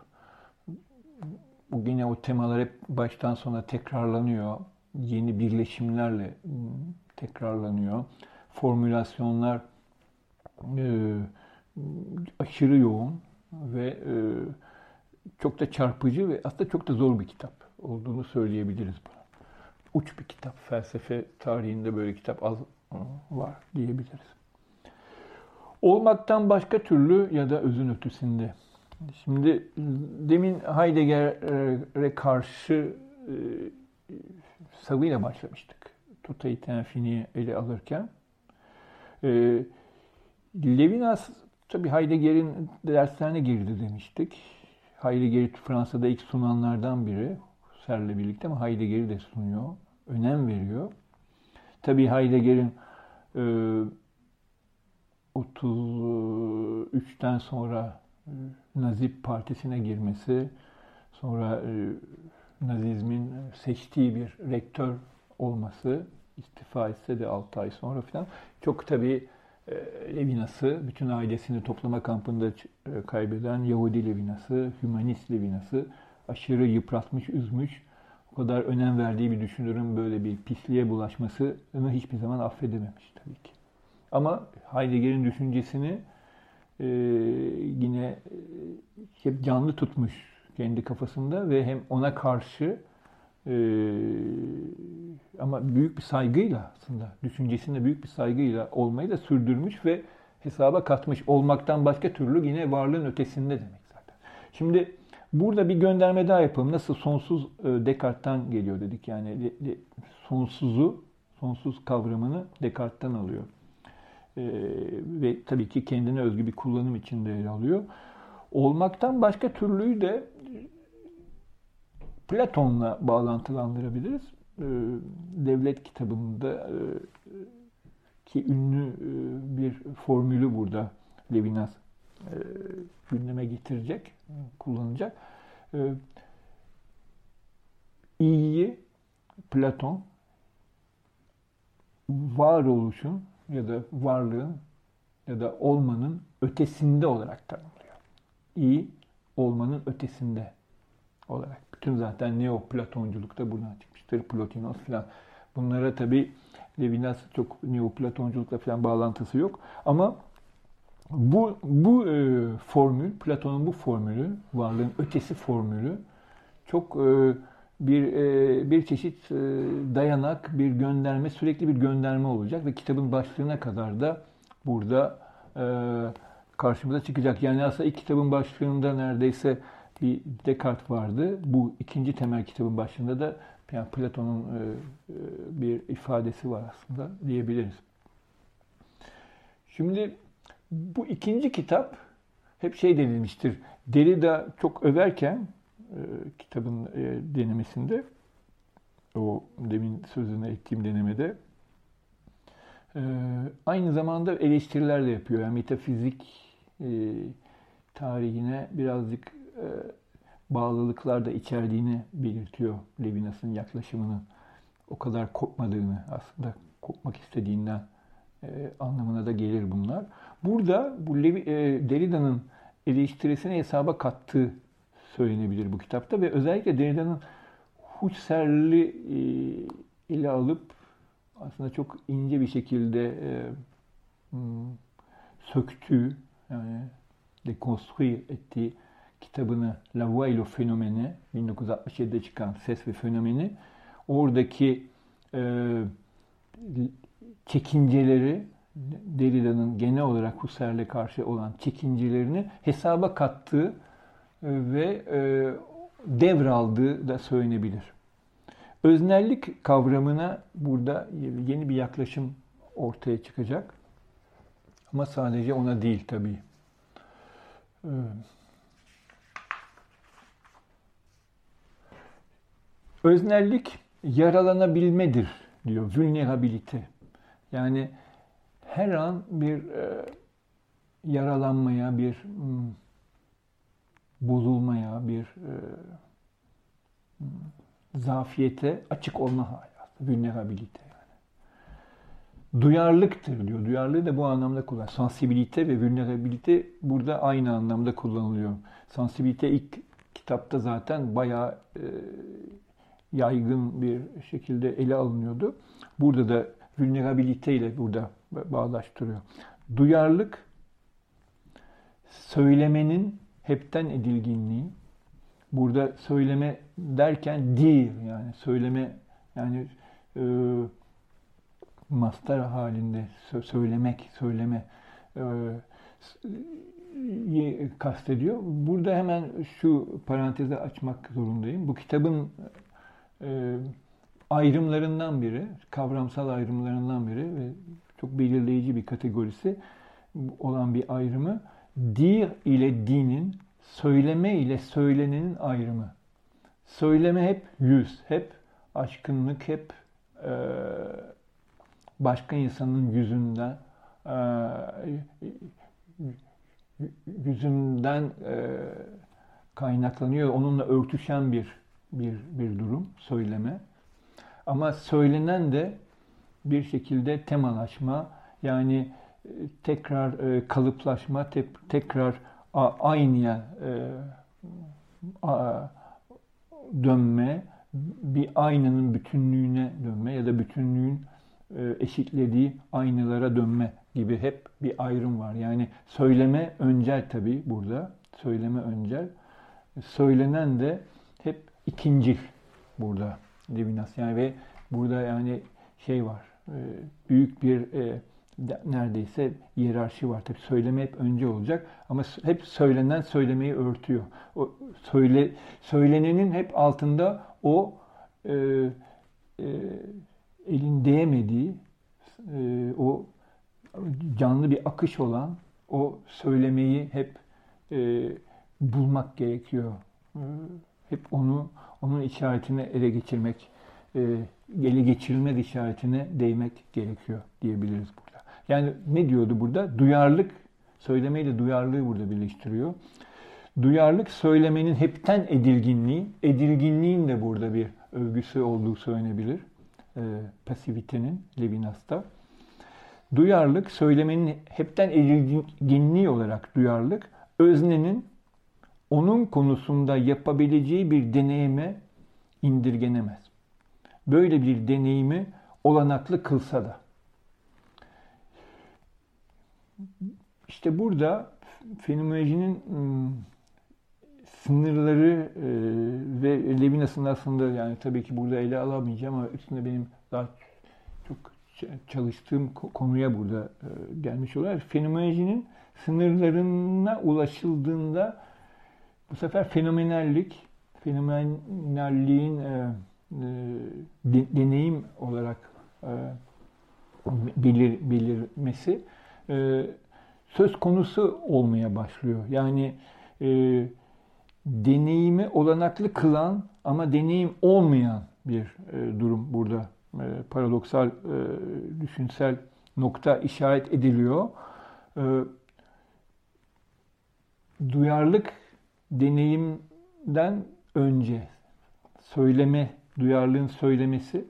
Bu yine o temalar hep baştan sona tekrarlanıyor. Yeni birleşimlerle tekrarlanıyor. Formülasyonlar e, aşırı yoğun ve e, çok da çarpıcı ve aslında çok da zor bir kitap olduğunu söyleyebiliriz buna. Uç bir kitap. Felsefe tarihinde böyle kitap az var diyebiliriz. Olmaktan başka türlü ya da özün ötesinde. Şimdi demin Heidegger'e karşı e, savıyla başlamıştık. Totalite infini'yi ele alırken. E, Levinas tabii Heidegger'in derslerine girdi demiştik. Heidegger'i Fransa'da ilk sunanlardan biri. Husserl'le birlikte ama Heidegger'i de sunuyor. Önem veriyor. Tabii Heidegger'in e, otuz üçten sonra Nazi Partisi'ne girmesi, sonra e, Nazizmin seçtiği bir rektör olması, istifa etse de altı ay sonra falan çok tabii e, Levinas'ı, bütün ailesini toplama kampında e, kaybeden Yahudi Levinas'ı, Hümanist Levinas'ı aşırı yıpratmış, üzmüş. O kadar önem verdiği bir düşünürün böyle bir pisliğe bulaşmasını hiçbir zaman affedememiş tabii ki. Ama Heidegger'in düşüncesini e, yine e, hep canlı tutmuş kendi kafasında ve hem ona karşı e, ama büyük bir saygıyla aslında düşüncesinde büyük bir saygıyla olmayı da sürdürmüş ve hesaba katmış. Olmaktan başka türlü yine varlığın ötesinde demek zaten. Şimdi Burada bir gönderme daha yapalım. Nasıl sonsuz e, Descartes'ten geliyor dedik. Yani de, de, sonsuzu, sonsuz kavramını Descartes'ten alıyor. E, ve tabii ki kendine özgü bir kullanım içinde ele alıyor. Olmaktan başka türlüyü de Platon'la bağlantılandırabiliriz. E, Devlet kitabında e, ki ünlü e, bir formülü burada Levinas e, gündeme getirecek, kullanacak. E, İyiyi Platon varoluşun ya da varlığın ya da olmanın ötesinde olarak tanımlıyor. İyi olmanın ötesinde olarak. Bütün zaten Neoplatonculukta buradan çıkmıştır. Plotinos falan. Bunlara tabi Levinas çok Neoplatonculukla falan bağlantısı yok. Ama bu bu e, formül, Platon'un bu formülü, varlığın ötesi formülü çok e, bir e, bir çeşit e, dayanak, bir gönderme, sürekli bir gönderme olacak ve kitabın başlığına kadar da burada e, karşımıza çıkacak. Yani aslında ilk kitabın başlığında neredeyse bir Descartes vardı. Bu ikinci temel kitabın başlığında da yani Platon'un e, e, bir ifadesi var aslında diyebiliriz. Şimdi bu ikinci kitap hep şey denilmiştir. Derrida çok överken e, kitabın e, denemesinde, o demin sözünü ettiğim denemede e, aynı zamanda eleştiriler de yapıyor. Yani metafizik e, tarihine birazcık e, bağlılıklar da içerdiğini belirtiyor Levinas'ın yaklaşımının. O kadar kopmadığını, aslında kopmak istediğinden e, anlamına da gelir bunlar. Burada bu Levi, e, Derrida'nın eleştirisini hesaba kattığı söylenebilir bu kitapta ve özellikle Derrida'nın Husserl'i e, ele alıp aslında çok ince bir şekilde e, hmm, söktüğü, yani dekonstrüye ettiği kitabını La Voix et le Phénomène, bin dokuz yüz altmış yedide çıkan Ses ve Fenomeni, oradaki e, çekinceleri, Derrida'nın genel olarak Husserl'e karşı olan çekincelerini hesaba kattığı ve e, devraldığı da söylenebilir. Öznellik kavramına burada yeni bir yaklaşım ortaya çıkacak. Ama sadece ona değil tabii. Ee, öznellik yaralanabilmedir diyor. Vulnerabilite. Yani her an bir e, yaralanmaya, bir m, bozulmaya, bir e, m, zafiyete açık olma hali. Vulnerabilite yani. Duyarlılıktır diyor. Duyarlılığı da bu anlamda kullanılıyor. Sensibilite ve vulnerabilite burada aynı anlamda kullanılıyor. Sensibilite ilk kitapta zaten bayağı e, yaygın bir şekilde ele alınıyordu. Burada da vulnerabilite ile burada bağdaştırıyor. Duyarlılık, söylemenin hepten edilginliği. Burada söyleme derken dir, yani söyleme, yani e, mastar halinde söylemek, söyleme e, kastediyor. Burada hemen şu parantezi açmak zorundayım. Bu kitabın e, ayrımlarından biri, kavramsal ayrımlarından biri ve çok belirleyici bir kategorisi olan bir ayrımı, dir ile dinin, söyleme ile söylenenin ayrımı. Söyleme hep yüz, hep aşkınlık, hep e, başka insanın yüzünden e, yüzünden e, kaynaklanıyor, onunla örtüşen bir bir bir durum söyleme. Ama söylenen de bir şekilde temalaşma, yani tekrar kalıplaşma, tekrar aynıya dönme, bir aynanın bütünlüğüne dönme ya da bütünlüğün eşitlediği aynalara dönme gibi hep bir ayrım var. Yani söyleme öncel tabii burada. Söyleme öncel. Söylenen de hep ikincil burada Levinas. Yani ve burada yani şey var. Büyük bir neredeyse hiyerarşi var. Tabii söyleme hep önce olacak ama hep söylenen söylemeyi örtüyor. O söyle söylenenin hep altında o e, e, elin değmediği e, o canlı bir akış olan o söylemeyi hep e, bulmak gerekiyor. E, hep onu onun işaretini ele geçirmek, e, ele geçirilmez işaretine değmek gerekiyor diyebiliriz burada. Yani ne diyordu burada? Duyarlılık, söylemeyle duyarlılığı burada birleştiriyor. Duyarlılık söylemenin hepten edilginliği, edilginliğin de burada bir övgüsü olduğu söylenebilir. E, pasivitenin Levinas'ta. Duyarlılık, söylemenin hepten edilginliği olarak duyarlılık, öznenin onun konusunda yapabileceği bir deneyime indirgenemez. Böyle bir deneyimi olanaklı kılsa da. İşte burada fenomenolojinin sınırları ve Levinas'ın aslında, yani tabii ki burada ele alamayacağım ama üstünde benim daha çok çalıştığım konuya burada gelmiş olarak fenomenolojinin sınırlarına ulaşıldığında bu sefer fenomenallik, fenomenalliğin e, de, deneyim olarak e, belir, belirmesi e, söz konusu olmaya başlıyor. Yani e, deneyimi olanaklı kılan ama deneyim olmayan bir e, durum burada. E, paradoksal, e, düşünsel nokta işaret ediliyor. E, duyarlılık deneyimden önce söyleme, duyarlılığın söylemesi,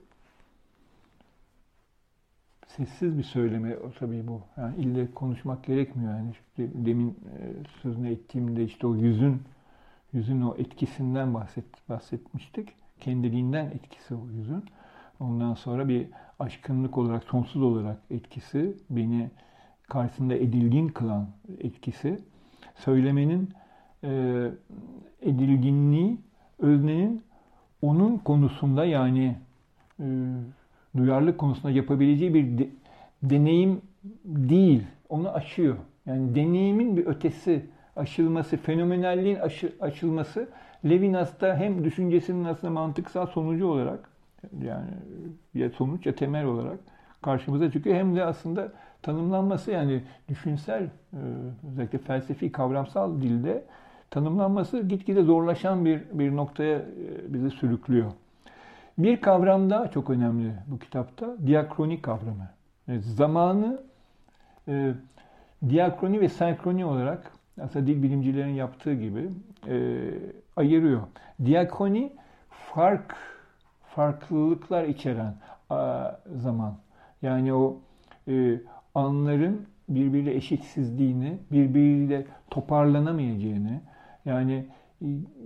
sessiz bir söyleme o tabii bu. Yani ille konuşmak gerekmiyor. Yani işte demin e, sözünü ettiğimde işte o yüzün yüzün o etkisinden bahset, bahsetmiştik. Kendiliğinden etkisi o yüzün. Ondan sonra bir aşkınlık olarak, sonsuz olarak etkisi, beni karşısında edilgin kılan etkisi, söylemenin e, edilginliği, öznenin onun konusunda, yani e, duyarlılık konusunda yapabileceği bir de, deneyim değil, onu aşıyor. Yani deneyimin bir ötesi, aşılması, fenomenalliğin aşı, aşılması Levinas'ta hem düşüncesinin aslında mantıksal sonucu olarak, yani ya sonuç ya temel olarak karşımıza çıkıyor, hem de aslında tanımlanması, yani düşünsel, özellikle felsefi, kavramsal dilde tanımlanması gitgide zorlaşan bir bir noktaya bizi sürüklüyor. Bir kavram daha çok önemli bu kitapta, diakroni kavramı. Yani zamanı e, diakroni ve senkroni olarak aslında dil bilimcilerin yaptığı gibi e, ayırıyor. Diakroni fark, farklılıklar içeren a, zaman. Yani o e, anların birbiriyle eşitsizliğini, birbiriyle toparlanamayacağını, yani e,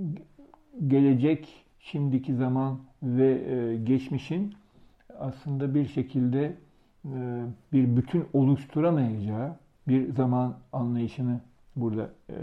gelecek, şimdiki zaman ve e, geçmişin aslında bir şekilde e, bir bütün oluşturamayacağı bir zaman anlayışını burada e,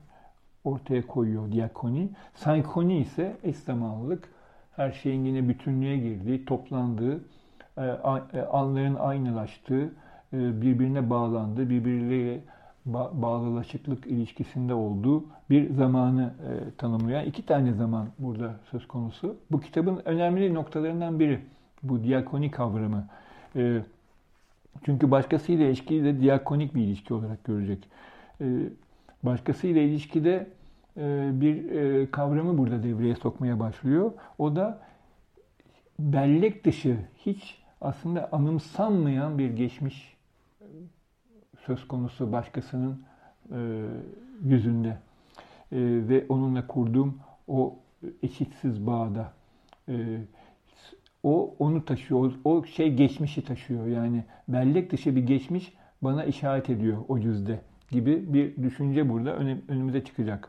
ortaya koyuyor diakoni. Senkroni ise eş zamanlılık, her şeyin yine bütünlüğe girdiği, toplandığı, e, e, anların aynılaştığı, e, birbirine bağlandığı, birbirleriyle ba- bağlılaşıklık ilişkisinde olduğu bir zamanı e, tanımlıyor. Yani iki tane zaman burada söz konusu. Bu kitabın önemli noktalarından biri bu diakoni kavramı. E, çünkü başkasıyla ilişkiyi de diakonik bir ilişki olarak görecek. E, başkasıyla ilişkide e, bir e, kavramı burada devreye sokmaya başlıyor. O da bellek dışı, hiç aslında anımsanmayan bir geçmiş söz konusu başkasının e, yüzünde e, ve onunla kurduğum o eşitsiz bağda e, o onu taşıyor, o, o şey geçmişi taşıyor. Yani bellek dışı bir geçmiş bana işaret ediyor o yüzde gibi bir düşünce burada önümüze çıkacak.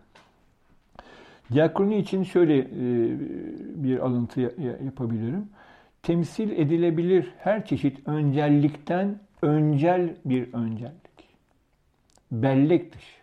Diakroni için şöyle e, bir alıntı yapabilirim. Temsil edilebilir her çeşit öncellikten öncel bir öncellik. Bellek dışı.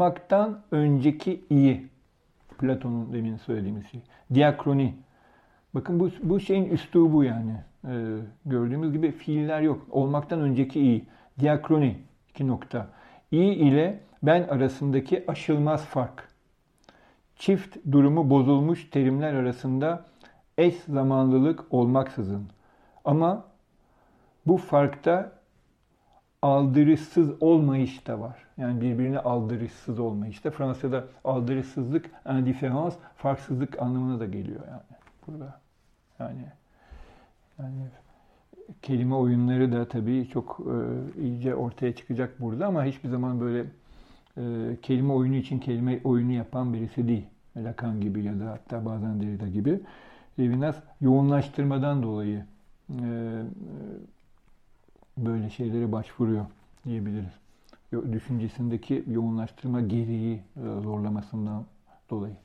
Olmaktan önceki iyi. Platon'un demin söylediğimiz şey. Diakroni. Bakın bu, bu şeyin üslubu yani. Ee, gördüğümüz gibi fiiller yok. Olmaktan önceki i. Diakroni. iki nokta. İ ile ben arasındaki aşılmaz fark. Çift durumu bozulmuş terimler arasında eş zamanlılık olmaksızın. Ama bu farkta aldırışsız olmayış da var. Yani birbirine aldırışsız olmayış da. Fransa'da aldırışsızlık, indifférence, farksızlık anlamına da geliyor yani burada. Yani yani kelime oyunları da tabii çok e, iyice ortaya çıkacak burada ama hiçbir zaman böyle e, kelime oyunu için kelime oyunu yapan birisi değil. Lacan gibi ya da hatta bazen Derrida gibi. Levinas yoğunlaştırmadan dolayı e, böyle şeylere başvuruyor diyebiliriz. Düşüncesindeki yoğunlaştırma gereği zorlamasından dolayı.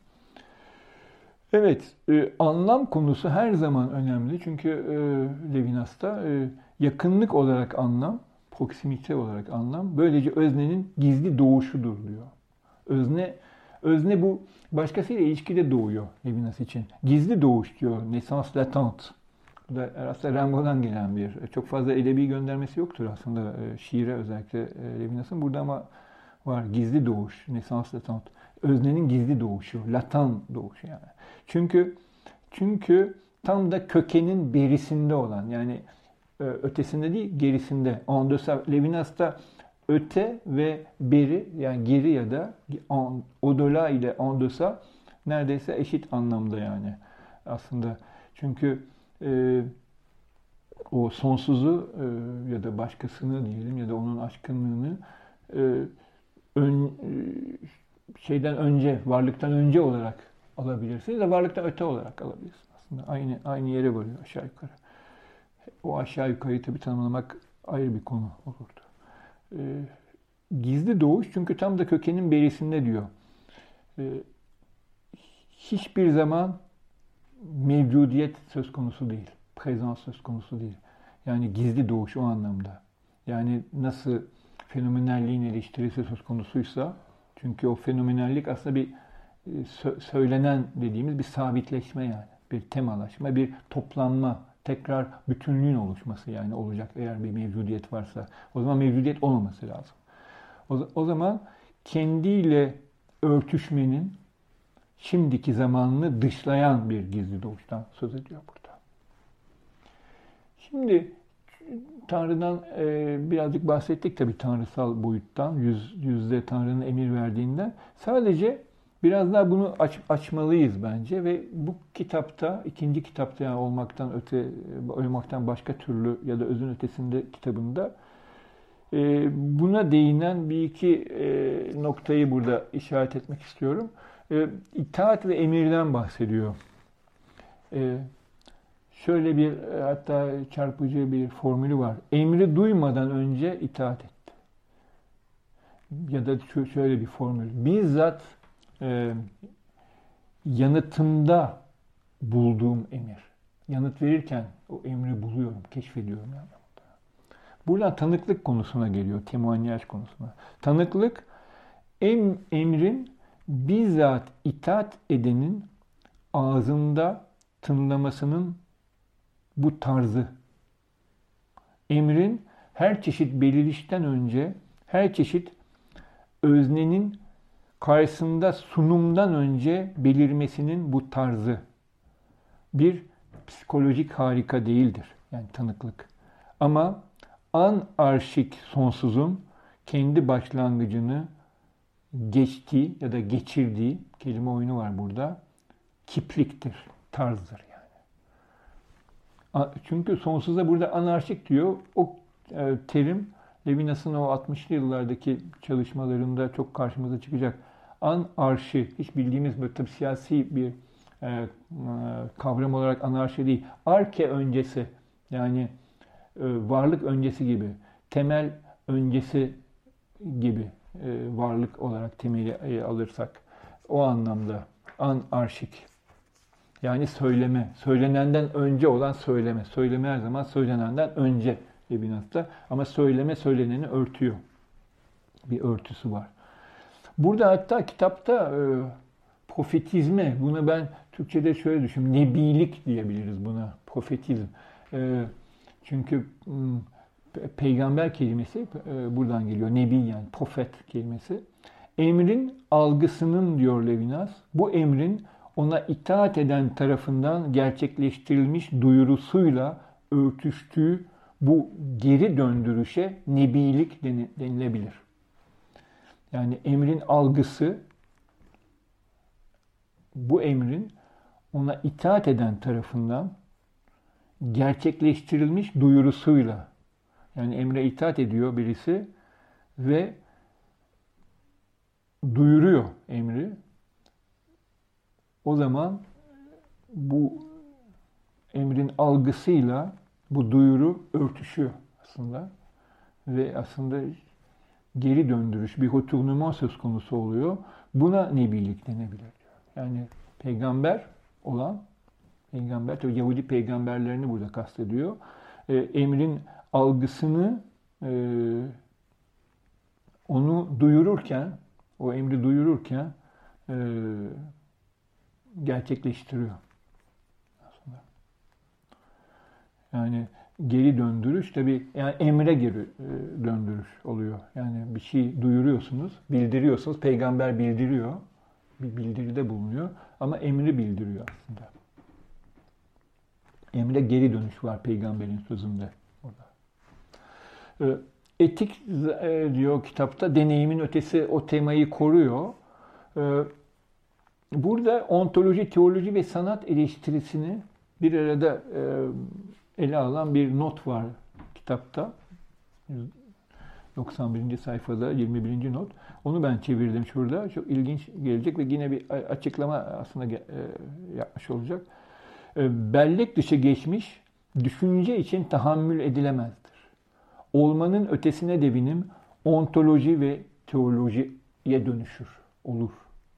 Evet, anlam konusu her zaman önemli. Çünkü Levinas'ta yakınlık olarak anlam, proximite olarak anlam, böylece öznenin gizli doğuşudur diyor. Özne, özne bu başkasıyla ilişkide doğuyor Levinas için. Gizli doğuş diyor, naissance latente. Bu da aslında Rimbaud'dan gelen bir, çok fazla edebi göndermesi yoktur aslında şiire özellikle Levinas'ın. Burada ama var, gizli doğuş, naissance latente. Öznenin gizli doğuşu, latent doğuşu yani. Çünkü çünkü tam da kökenin berisinde olan, yani ötesinde değil gerisinde. En deçà, Levinas'ta öte ve beri, yani geri ya da au-delà ile en deçà neredeyse eşit anlamda yani aslında. Çünkü e, o sonsuzu e, ya da başkasını diyelim ya da onun aşkınlığını e, ön, e, şeyden önce, varlıktan önce olarak alabilirsiniz de varlıktan öte olarak alabilirsiniz. Aslında aynı aynı yere varıyor aşağı yukarı. O aşağı yukarıyı tabii tanımlamak ayrı bir konu olurdu. E, gizli doğuş çünkü tam da kökenin berisinde diyor. E, hiçbir zaman mevcudiyet söz konusu değil. Prezans söz konusu değil. Yani gizli doğuş o anlamda. Yani nasıl fenomenalliğin eleştirisi söz konusuysa, çünkü o fenomenallik aslında bir söylenen dediğimiz bir sabitleşme yani. Bir temalaşma, bir toplanma, tekrar bütünlüğün oluşması yani olacak eğer bir mevcudiyet varsa. O zaman mevcudiyet olmaması lazım. O, o zaman kendiyle örtüşmenin şimdiki zamanını dışlayan bir gizli doğuştan söz ediyor burada. Şimdi Tanrı'dan e, birazcık bahsettik tabii tanrısal boyuttan, yüz, yüzde Tanrı'nın emir verdiğinden. Sadece biraz daha bunu aç, açmalıyız bence ve bu kitapta, ikinci kitapta yani olmaktan öte, olmaktan başka türlü ya da özün ötesinde kitabında e, buna değinen bir iki e, noktayı burada işaret etmek istiyorum. E, itaat ve emirden bahsediyor. E, şöyle bir hatta çarpıcı bir formülü var. Emri duymadan önce itaat etti. Ya da şöyle bir formül. Bizzat e, yanıtımda bulduğum emir. Yanıt verirken o emri buluyorum, keşfediyorum yani. Buradan tanıklık konusuna geliyor, temoignage konusuna. Tanıklık em, emrin bizzat itaat edenin ağzında tınlamasının bu tarzı. Emrin her çeşit belirişten önce, her çeşit öznenin karşısında sunumdan önce belirmesinin bu tarzı. Bir psikolojik harika değildir. Yani tanıklık. Ama anarşik sonsuzun kendi başlangıcını geçtiği ya da geçirdiği, kelime oyunu var burada, kipliktir, tarzdır yani. Çünkü sonsuza burada anarşik diyor. O e, terim Levinas'ın o altmışlı yıllardaki çalışmalarında çok karşımıza çıkacak. Anarşi, hiç bildiğimiz böyle tabii siyasi bir e, e, kavram olarak anarşi değil. Arke öncesi, yani e, varlık öncesi gibi, temel öncesi gibi e, varlık olarak temeli e, alırsak o anlamda anarşik. Yani söyleme, söylenenden önce olan söyleme. Söyleme her zaman söylenenden önce Levinas'ta. Ama söyleme söyleneni örtüyor. Bir örtüsü var. Burada hatta kitapta e, profetizme, bunu ben Türkçe'de şöyle düşün, nebilik diyebiliriz buna, profetizm. E, çünkü m, peygamber kelimesi e, buradan geliyor, nebi yani profet kelimesi. Emrin algısının diyor Levinas, bu emrin ona itaat eden tarafından gerçekleştirilmiş duyurusuyla örtüştüğü bu geri döndürüşe nebilik denilebilir. Yani emrin algısı, bu emrin ona itaat eden tarafından gerçekleştirilmiş duyurusuyla, yani emre itaat ediyor birisi ve duyuruyor emri. O zaman bu emrin algısıyla bu duyuru örtüşüyor aslında ve aslında geri döndürüş, bir retournement söz konusu oluyor. Buna nebilik denebilir diyor. Yani peygamber olan, peygamber, tabii Yahudi peygamberlerini burada kastediyor. E, emrin algısını e, onu duyururken, o emri duyururken e, gerçekleştiriyor aslında. Yani geri döndürüş tabii yani emre geri döndürüş oluyor. Yani bir şey duyuruyorsunuz, bildiriyorsunuz. Peygamber bildiriyor. Bir bildiride bulunuyor ama emri bildiriyor aslında. Emre geri dönüş var peygamberin sözünde orada. Etik diyor kitapta, deneyimin ötesi o temayı koruyor. Burada ontoloji, teoloji ve sanat eleştirisini bir arada ele alan bir not var kitapta. doksan birinci sayfada yirmi birinci not. Onu ben çevirdim şurada. Çok ilginç gelecek ve yine bir açıklama aslında yapmış olacak. Bellek dışı geçmiş, düşünce için tahammül edilemezdir. Olmanın ötesine devinim, ontoloji ve teolojiye dönüşür, olur.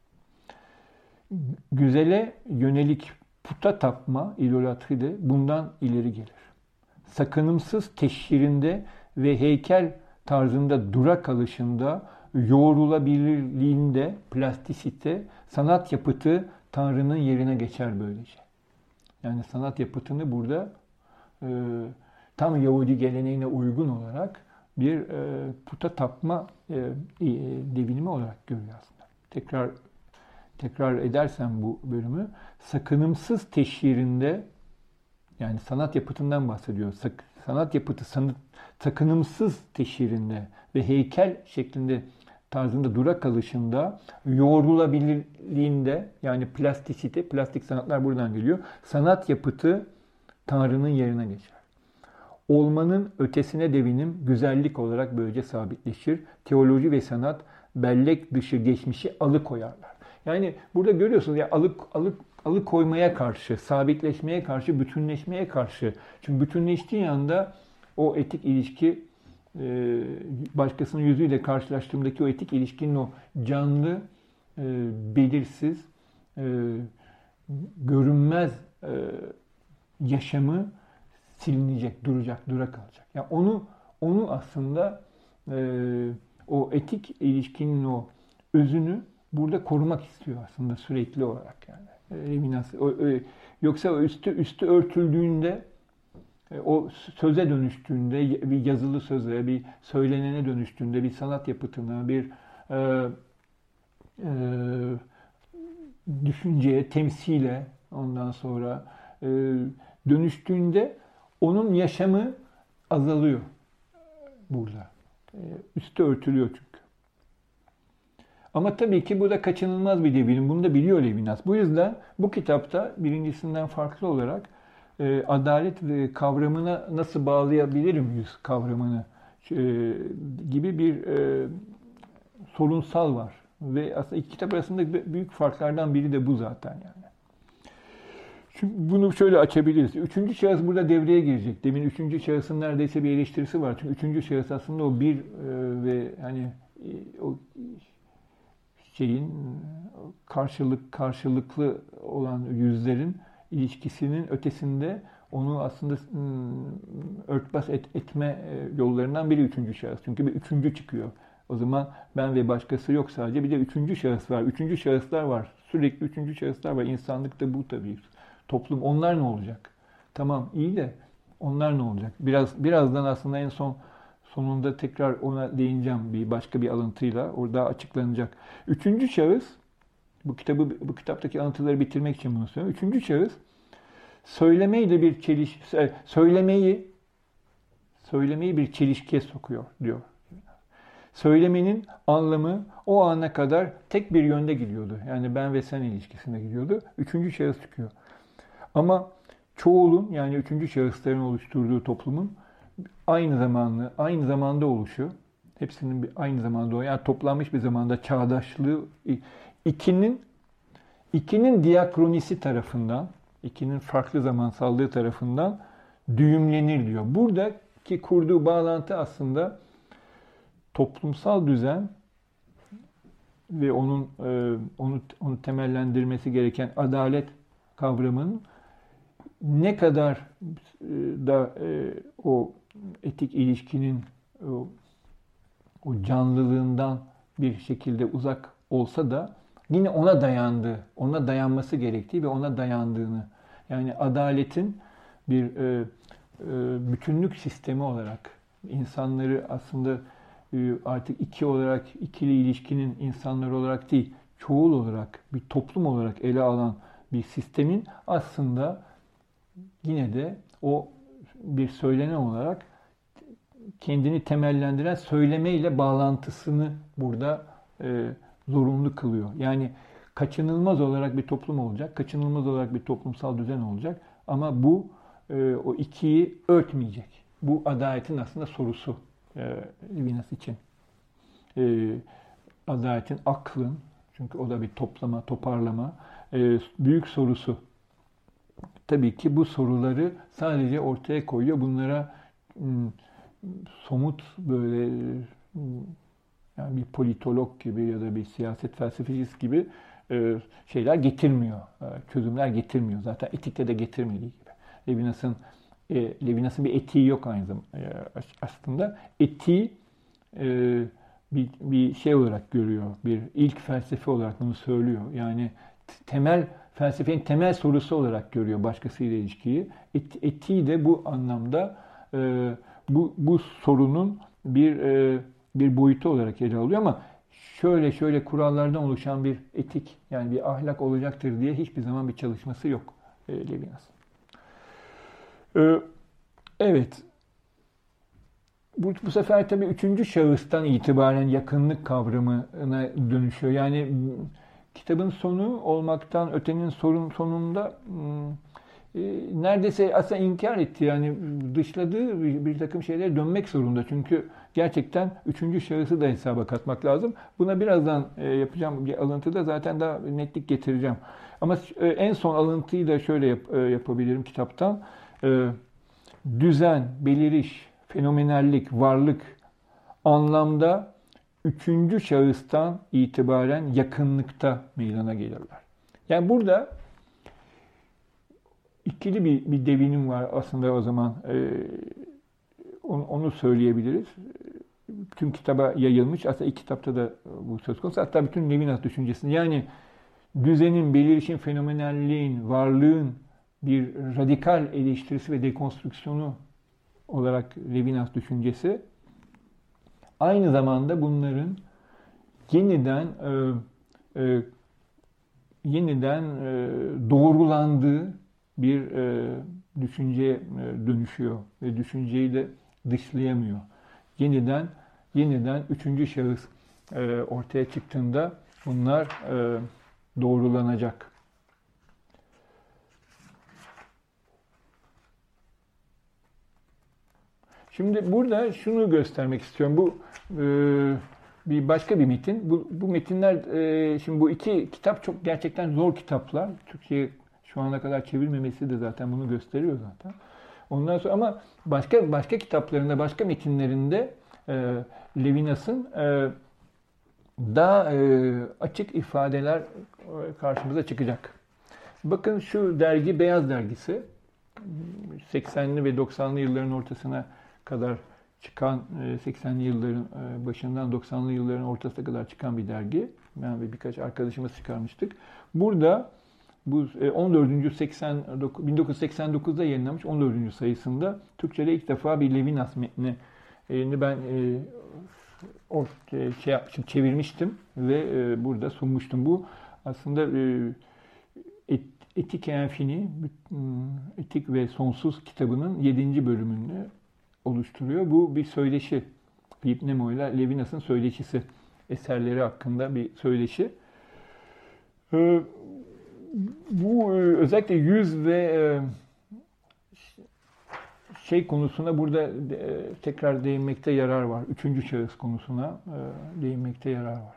Güzele yönelik puta tapma, idolatri de bundan ileri gelir. Sakınımsız teşhirinde ve heykel tarzında dura kalışında, yoğrulabilirliğinde, plastisite, sanat yapıtı Tanrı'nın yerine geçer böylece. Yani sanat yapıtını burada e, tam Yahudi geleneğine uygun olarak bir e, puta tapma e, e, devinimi olarak görüyor aslında. Tekrar tekrar edersem bu bölümü, sakınımsız teşhirinde, yani sanat yapıtından bahsediyor. Sanat yapıtı sanat, sakınımsız teşhirinde ve heykel şeklinde tarzında dura kalışında, yoğrulabilirliğinde, yani plastisite, plastik sanatlar buradan geliyor. Sanat yapıtı Tanrı'nın yerine geçer. Olmanın ötesine devinim güzellik olarak böylece sabitleşir. Teoloji ve sanat bellek dışı geçmişi alıkoyarlar. Yani burada görüyorsunuz ya, alık alık alıkoymaya karşı, sabitleşmeye karşı, bütünleşmeye karşı. Çünkü bütünleştiği anda o etik ilişki, başkasının yüzüyle karşılaştığımdaki o etik ilişkinin o canlı, belirsiz, görünmez yaşamı silinecek, duracak, dura kalacak. Yani onu onu aslında o etik ilişkinin o özünü burada korumak istiyor aslında sürekli olarak yani. Levinas. Yoksa o üstü üstü örtüldüğünde, o söze dönüştüğünde, bir yazılı söze, bir söylenene dönüştüğünde, bir sanat yapıtına, bir e, e, düşünceye, temsile, ondan sonra e, dönüştüğünde onun yaşamı azalıyor burada. E, üstü örtülüyor çünkü. Ama tabii ki bu da kaçınılmaz bir devinim. Bunu da biliyor Levinas. Bu yüzden bu kitapta birincisinden farklı olarak e, adalet kavramına nasıl bağlayabilir miyiz kavramını e, gibi bir e, sorunsal var. Ve aslında iki kitap arasında büyük farklardan biri de bu zaten yani. Çünkü bunu şöyle açabiliriz. Üçüncü şahıs burada devreye girecek. Demin üçüncü şahısın neredeyse bir eleştirisi var. Çünkü üçüncü şahıs aslında o bir e, ve hani e, o şeyin karşılık karşılıklı olan yüzlerin ilişkisinin ötesinde onu aslında örtbas et, etme yollarından biri üçüncü şahıs. Çünkü bir üçüncü çıkıyor O zaman ben ve başkası yok sadece. Bir de üçüncü şahıs var. Üçüncü şahıslar var. Sürekli üçüncü şahıslar var. İnsanlık da bu tabii. Toplum, onlar ne olacak? Tamam, iyi de onlar ne olacak? Biraz birazdan aslında en son sonunda tekrar ona değineceğim bir başka bir alıntıyla. Orada açıklanacak. Üçüncü şahıs, bu kitabı bu kitaptaki alıntıları bitirmek için bunu söylüyorum. Üçüncü şahıs söylemeyle bir çeliş söylemeyi söylemeyi bir çelişkiye sokuyor diyor. Söylemenin anlamı o ana kadar tek bir yönde gidiyordu. Yani ben ve sen ilişkisine gidiyordu. Üçüncü şahıs çıkıyor. Ama çoğulun, yani üçüncü şahısların oluşturduğu toplumun aynı zamanlı, aynı zamanda oluşu, hepsinin bir aynı zamanda o, yani toplanmış bir zamanda çağdaşlığı, ikinin ikinin diakronisi tarafından, ikinin farklı zamansallığı tarafından düğümlenir diyor. Buradaki kurduğu bağlantı aslında toplumsal düzen ve onun e, onu onu temellendirmesi gereken adalet kavramının ne kadar e, da e, o etik ilişkinin o, o canlılığından bir şekilde uzak olsa da yine ona dayandığı, ona dayanması gerektiği ve ona dayandığını, yani adaletin bir e, e, bütünlük sistemi olarak insanları aslında e, artık iki olarak, ikili ilişkinin insanlar olarak değil, çoğul olarak, bir toplum olarak ele alan bir sistemin aslında yine de o bir söylenen olarak kendini temellendiren söylemeyle bağlantısını burada e, zorunlu kılıyor. Yani kaçınılmaz olarak bir toplum olacak, kaçınılmaz olarak bir toplumsal düzen olacak ama bu e, o ikiyi örtmeyecek. Bu adaletin aslında sorusu e, Levinas için. E, adaletin, aklın, çünkü o da bir toplama, toparlama, e, büyük sorusu. Tabii ki bu soruları sadece ortaya koyuyor. Bunlara m, somut böyle m, yani bir politolog gibi ya da bir siyaset felsefecisi gibi e, şeyler getirmiyor. E, çözümler getirmiyor. Zaten etikte de getirmediği gibi. Levinas'ın e, Levinas'ın bir etiği yok aynı zamanda e, aslında. Etiği e, bir, bir şey olarak görüyor. Bir ilk felsefe olarak bunu söylüyor. Yani temel felsefenin temel sorusu olarak görüyor başkasıyla ilişkiyi. Et, etiği de bu anlamda e, bu bu sorunun bir e, bir boyutu olarak ele alıyor ama şöyle şöyle kurallardan oluşan bir etik, yani bir ahlak olacaktır diye hiçbir zaman bir çalışması yok e, Levinas. E, evet. Bu, bu sefer tabii üçüncü şahıstan itibaren yakınlık kavramına dönüşüyor. Yani kitabın sonu olmaktan ötenin sorun sonunda e, neredeyse aslında inkar etti. Yani dışladığı bir, bir takım şeylere dönmek zorunda. Çünkü gerçekten üçüncü şahısı da hesaba katmak lazım. Buna birazdan e, yapacağım bir alıntıda zaten daha netlik getireceğim. Ama e, en son alıntıyı da şöyle yap, e, yapabilirim kitaptan. E, düzen, beliriş, fenomenallik, varlık anlamda üçüncü şahıstan itibaren yakınlıkta meydana gelirler. Yani burada ikili bir, bir devinim var aslında o zaman. Ee, onu, onu söyleyebiliriz. Tüm kitaba yayılmış. Aslında ilk kitapta da bu söz konusu. Hatta bütün Levinas düşüncesini. Yani düzenin, belirişin, fenomenalliğin, varlığın bir radikal eleştirisi ve dekonstrüksiyonu olarak Levinas düşüncesi aynı zamanda bunların yeniden e, e, yeniden e, doğrulandığı bir e, düşünceye e, dönüşüyor ve düşünceyi de dışlayamıyor. Yeniden yeniden üçüncü şahıs e, ortaya çıktığında bunlar e, doğrulanacak. Şimdi burada şunu göstermek istiyorum. Bu e, bir başka bir metin. Bu, bu metinler, e, şimdi bu iki kitap çok gerçekten zor kitaplar. Türkçe'ye şu ana kadar çevirmemesi de zaten bunu gösteriyor zaten. Ondan sonra ama başka başka kitaplarında, başka metinlerinde e, Levinas'ın e, daha e, açık ifadeler karşımıza çıkacak. Bakın şu dergi Beyaz Dergisi seksenli ve doksanlı yılların ortasına kadar çıkan seksenli yılların başından doksanlı yılların ortasına kadar çıkan bir dergi. Ben ve birkaç arkadaşımız çıkarmıştık. Burada bu on dördüncü seksen bin dokuz yüz seksen dokuzda yayınlanmış on dördüncü sayısında Türkçe'de ilk defa bir Levinas metni ben o şey yapmışım, çevirmiştim ve burada sunmuştum. Bu aslında Etik Enfini, Etik ve Sonsuz kitabının yedinci bölümünü oluşturuyor. Bu bir söyleşi. Philip Nemo ile Levinas'ın söyleşisi. Eserleri hakkında bir söyleşi. Bu özellikle yüz ve şey konusuna burada tekrar değinmekte yarar var. Üçüncü şahıs konusuna değinmekte yarar var.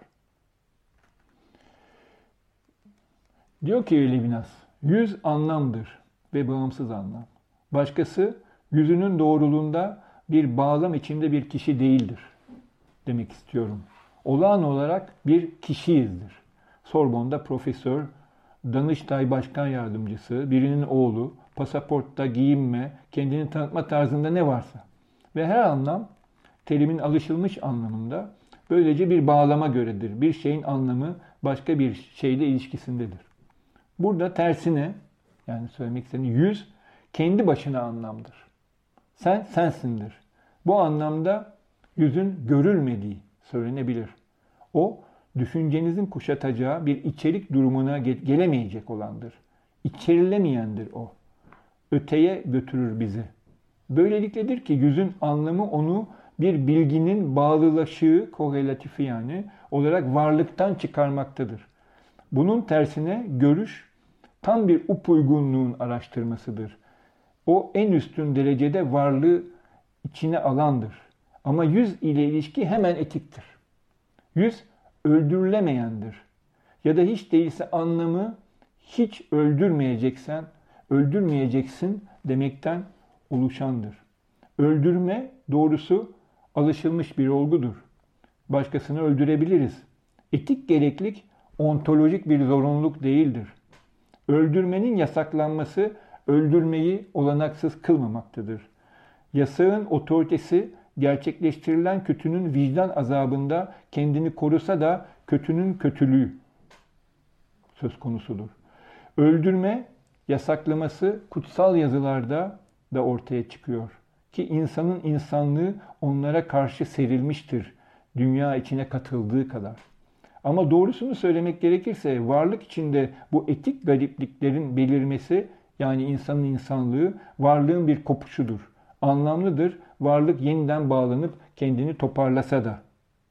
Diyor ki Levinas, yüz anlamdır ve bağımsız anlam. Başkası yüzünün doğruluğunda bir bağlam içinde bir kişi değildir demek istiyorum. Olağan olarak bir kişiyizdir. Sorbonne'da profesör, Danıştay Başkan Yardımcısı, birinin oğlu, pasaportta giyinme, kendini tanıtma tarzında ne varsa. Ve her anlam, terimin alışılmış anlamında böylece bir bağlama göredir. Bir şeyin anlamı başka bir şeyle ilişkisindedir. Burada tersine, yani söylemek istediğim yüz, kendi başına anlamdır. Sen, sensindir. Bu anlamda yüzün görülmediği söylenebilir. O, düşüncenizin kuşatacağı bir içerik durumuna gelemeyecek olandır. İçerilemeyendir o. Öteye götürür bizi. Böylelikledir ki yüzün anlamı onu bir bilginin bağlılaşığı, korelatifi yani, olarak varlıktan çıkarmaktadır. Bunun tersine görüş tam bir upuygunluğun araştırmasıdır. O en üstün derecede varlığı içine alandır. Ama yüz ile ilişki hemen etiktir. Yüz öldürülemeyendir. Ya da hiç değilse anlamı hiç öldürmeyeceksen, öldürmeyeceksin demekten oluşandır. Öldürme doğrusu alışılmış bir olgudur. Başkasını öldürebiliriz. Etik gereklik ontolojik bir zorunluluk değildir. Öldürmenin yasaklanması öldürmeyi olanaksız kılmamaktadır. Yasağın otoritesi gerçekleştirilen kötünün vicdan azabında kendini korusa da kötünün kötülüğü söz konusudur. Öldürme yasaklaması kutsal yazılarda da ortaya çıkıyor ki insanın insanlığı onlara karşı serilmiştir dünya içine katıldığı kadar. Ama doğrusunu söylemek gerekirse varlık içinde bu etik garipliklerin belirmesi, yani insanın insanlığı varlığın bir kopuşudur. Anlamlıdır, varlık yeniden bağlanıp kendini toparlasa da.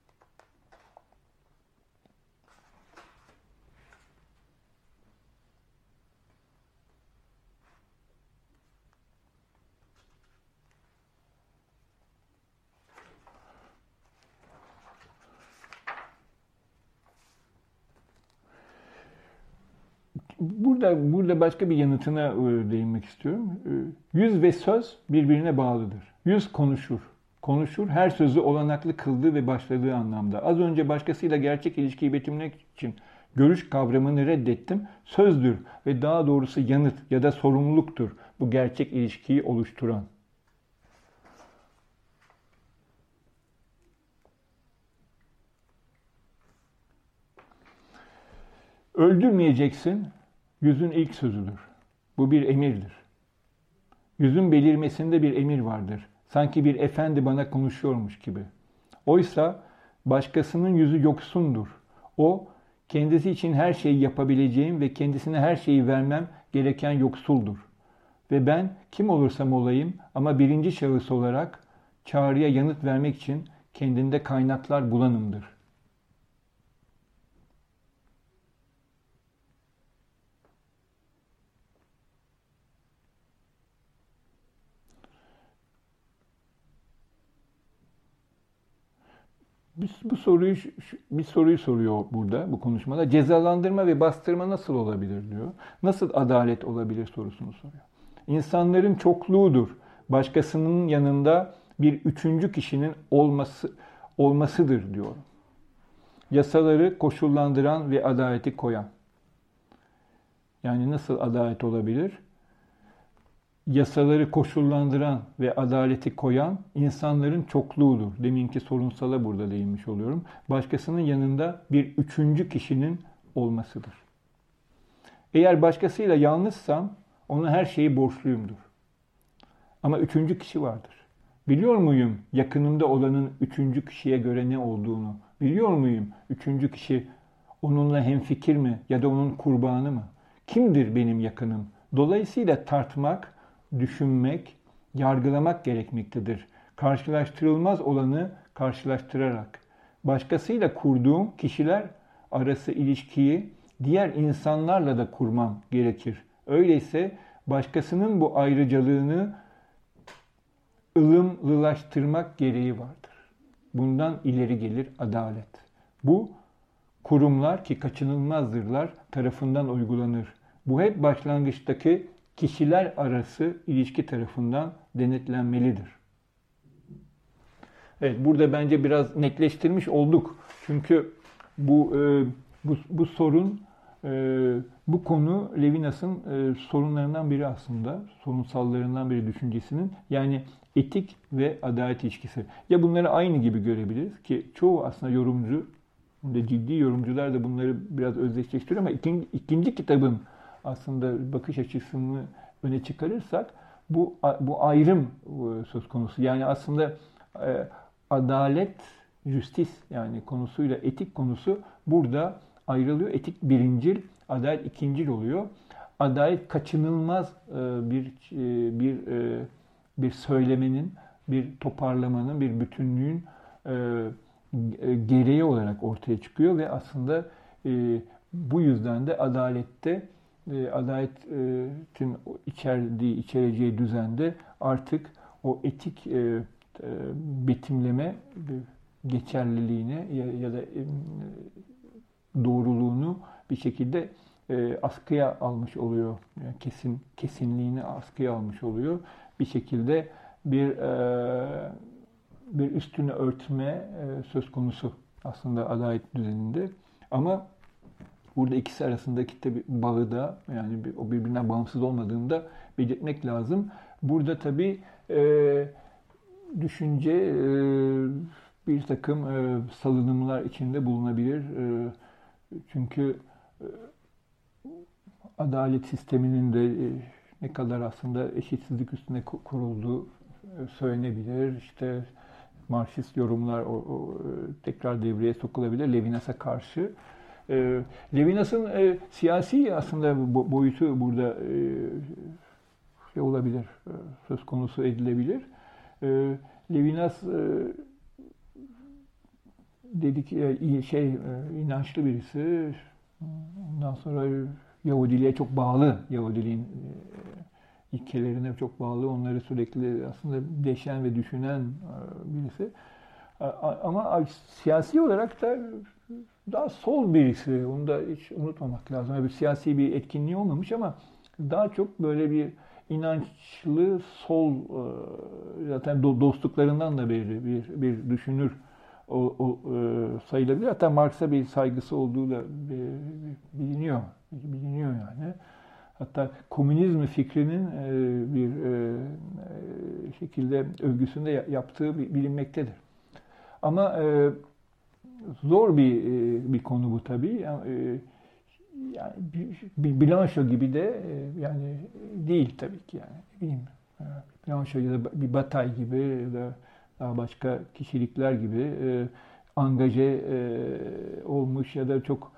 Burada burada başka bir yanıtına değinmek istiyorum. Yüz ve söz birbirine bağlıdır. Yüz konuşur. Konuşur, her sözü olanaklı kıldığı ve başladığı anlamda. Az önce başkasıyla gerçek ilişkiyi betimlemek için görüş kavramını reddettim. Sözdür ve daha doğrusu yanıt ya da sorumluluktur bu gerçek ilişkiyi oluşturan. Öldürmeyeceksin. Yüzün ilk sözüdür. Bu bir emirdir. Yüzün belirmesinde bir emir vardır. Sanki bir efendi bana konuşuyormuş gibi. Oysa başkasının yüzü yoksundur. O, kendisi için her şeyi yapabileceğim ve kendisine her şeyi vermem gereken yoksuldur. Ve ben kim olursam olayım ama birinci şahıs olarak çağrıya yanıt vermek için kendinde kaynaklar bulanımdır. Bu soruyu bir soruyu soruyor burada bu konuşmada. Cezalandırma ve bastırma nasıl olabilir diyor. Nasıl adalet olabilir sorusunu soruyor. İnsanların çokluğudur. Başkasının yanında bir üçüncü kişinin olması olmasıdır diyor. Yasaları koşullandıran ve adaleti koyan. Yani nasıl adalet olabilir? yasaları koşullandıran ve adaleti koyan insanların çokluğudur. Deminki sorunsala burada değinmiş oluyorum. Başkasının yanında bir üçüncü kişinin olmasıdır. Eğer başkasıyla yalnızsam ona her şeyi borçluyumdur. Ama üçüncü kişi vardır. Biliyor muyum yakınımda olanın üçüncü kişiye göre ne olduğunu? Biliyor muyum üçüncü kişi onunla hemfikir mi ya da onun kurbanı mı? Kimdir benim yakınım? Dolayısıyla tartmak, düşünmek, yargılamak gerekmektedir. Karşılaştırılmaz olanı karşılaştırarak. Başkasıyla kurduğum kişiler arası ilişkiyi diğer insanlarla da kurmam gerekir. Öyleyse başkasının bu ayrıcalığını ılımlılaştırmak gereği vardır. Bundan ileri gelir adalet. Bu kurumlar ki kaçınılmazdırlar tarafından uygulanır. Bu hep başlangıçtaki kişiler arası ilişki tarafından denetlenmelidir. Evet, burada bence biraz netleştirmiş olduk. Çünkü bu e, bu, bu sorun, e, bu konu Levinas'ın e, sorunlarından biri aslında, sorunsallarından biri düşüncesinin. Yani etik ve adalet ilişkisi. Ya bunları aynı gibi görebiliriz ki çoğu aslında yorumcu, de ciddi yorumcular da bunları biraz özdeşleştiriyor ama ikinci, ikinci kitabın aslında bakış açısını öne çıkarırsak bu bu ayrım söz konusu. Yani aslında e, adalet, justice yani konusuyla etik konusu burada ayrılıyor. Etik birincil, adalet ikincil oluyor. Adalet kaçınılmaz e, bir e, bir e, bir söylemenin, bir toparlamanın, bir bütünlüğün e, gereği olarak ortaya çıkıyor ve aslında e, bu yüzden de adalette e, adaletin içerdiği, içereceği düzende artık o etik e, e, betimleme e, geçerliliğini ya, ya da e, doğruluğunu bir şekilde e, askıya almış oluyor. Yani kesin kesinliğini askıya almış oluyor. Bir şekilde bir e, bir üstünü örtme e, söz konusu aslında adalet düzeninde. Ama burada ikisi arasındaki tabii bağı da yani bir, o birbirinden bağımsız olmadığını da belirtmek lazım. Burada tabii e, düşünce e, bir takım e, salınımlar içinde bulunabilir. E, çünkü e, adalet sisteminin de e, ne kadar aslında eşitsizlik üstüne kurulduğu e, söylenebilir. İşte Marksist yorumlar o, o, tekrar devreye sokulabilir Levinas'a karşı. E, Levinas'ın e, siyasi aslında bo, boyutu burada e, şey olabilir, e, söz konusu edilebilir. E, Levinas e, dedik e, şey e, inançlı birisi. Ondan sonra Yahudiliğe çok bağlı, Yahudiliğin e, ilkelerine çok bağlı, onları sürekli aslında deşen ve düşünen birisi. Ama siyasi olarak da daha sol birisi, onu da hiç unutmamak lazım. Yani bir siyasi bir etkinliği olmamış ama daha çok böyle bir inançlı sol, zaten dostluklarından da beri bir, bir düşünür o, o, sayılabilir. Hatta Marx'a bir saygısı olduğu da biliniyor, biliniyor yani. Hatta komünizm fikrinin bir şekilde övgüsünde yaptığı bilinmektedir. Ama zor bir bir konu bu tabii. Yani bir bilanço gibi de yani değil tabii ki yani. Ne bileyim, bilanço ya da bir Bataille gibi ya da daha başka kişilikler gibi angaje olmuş ya da çok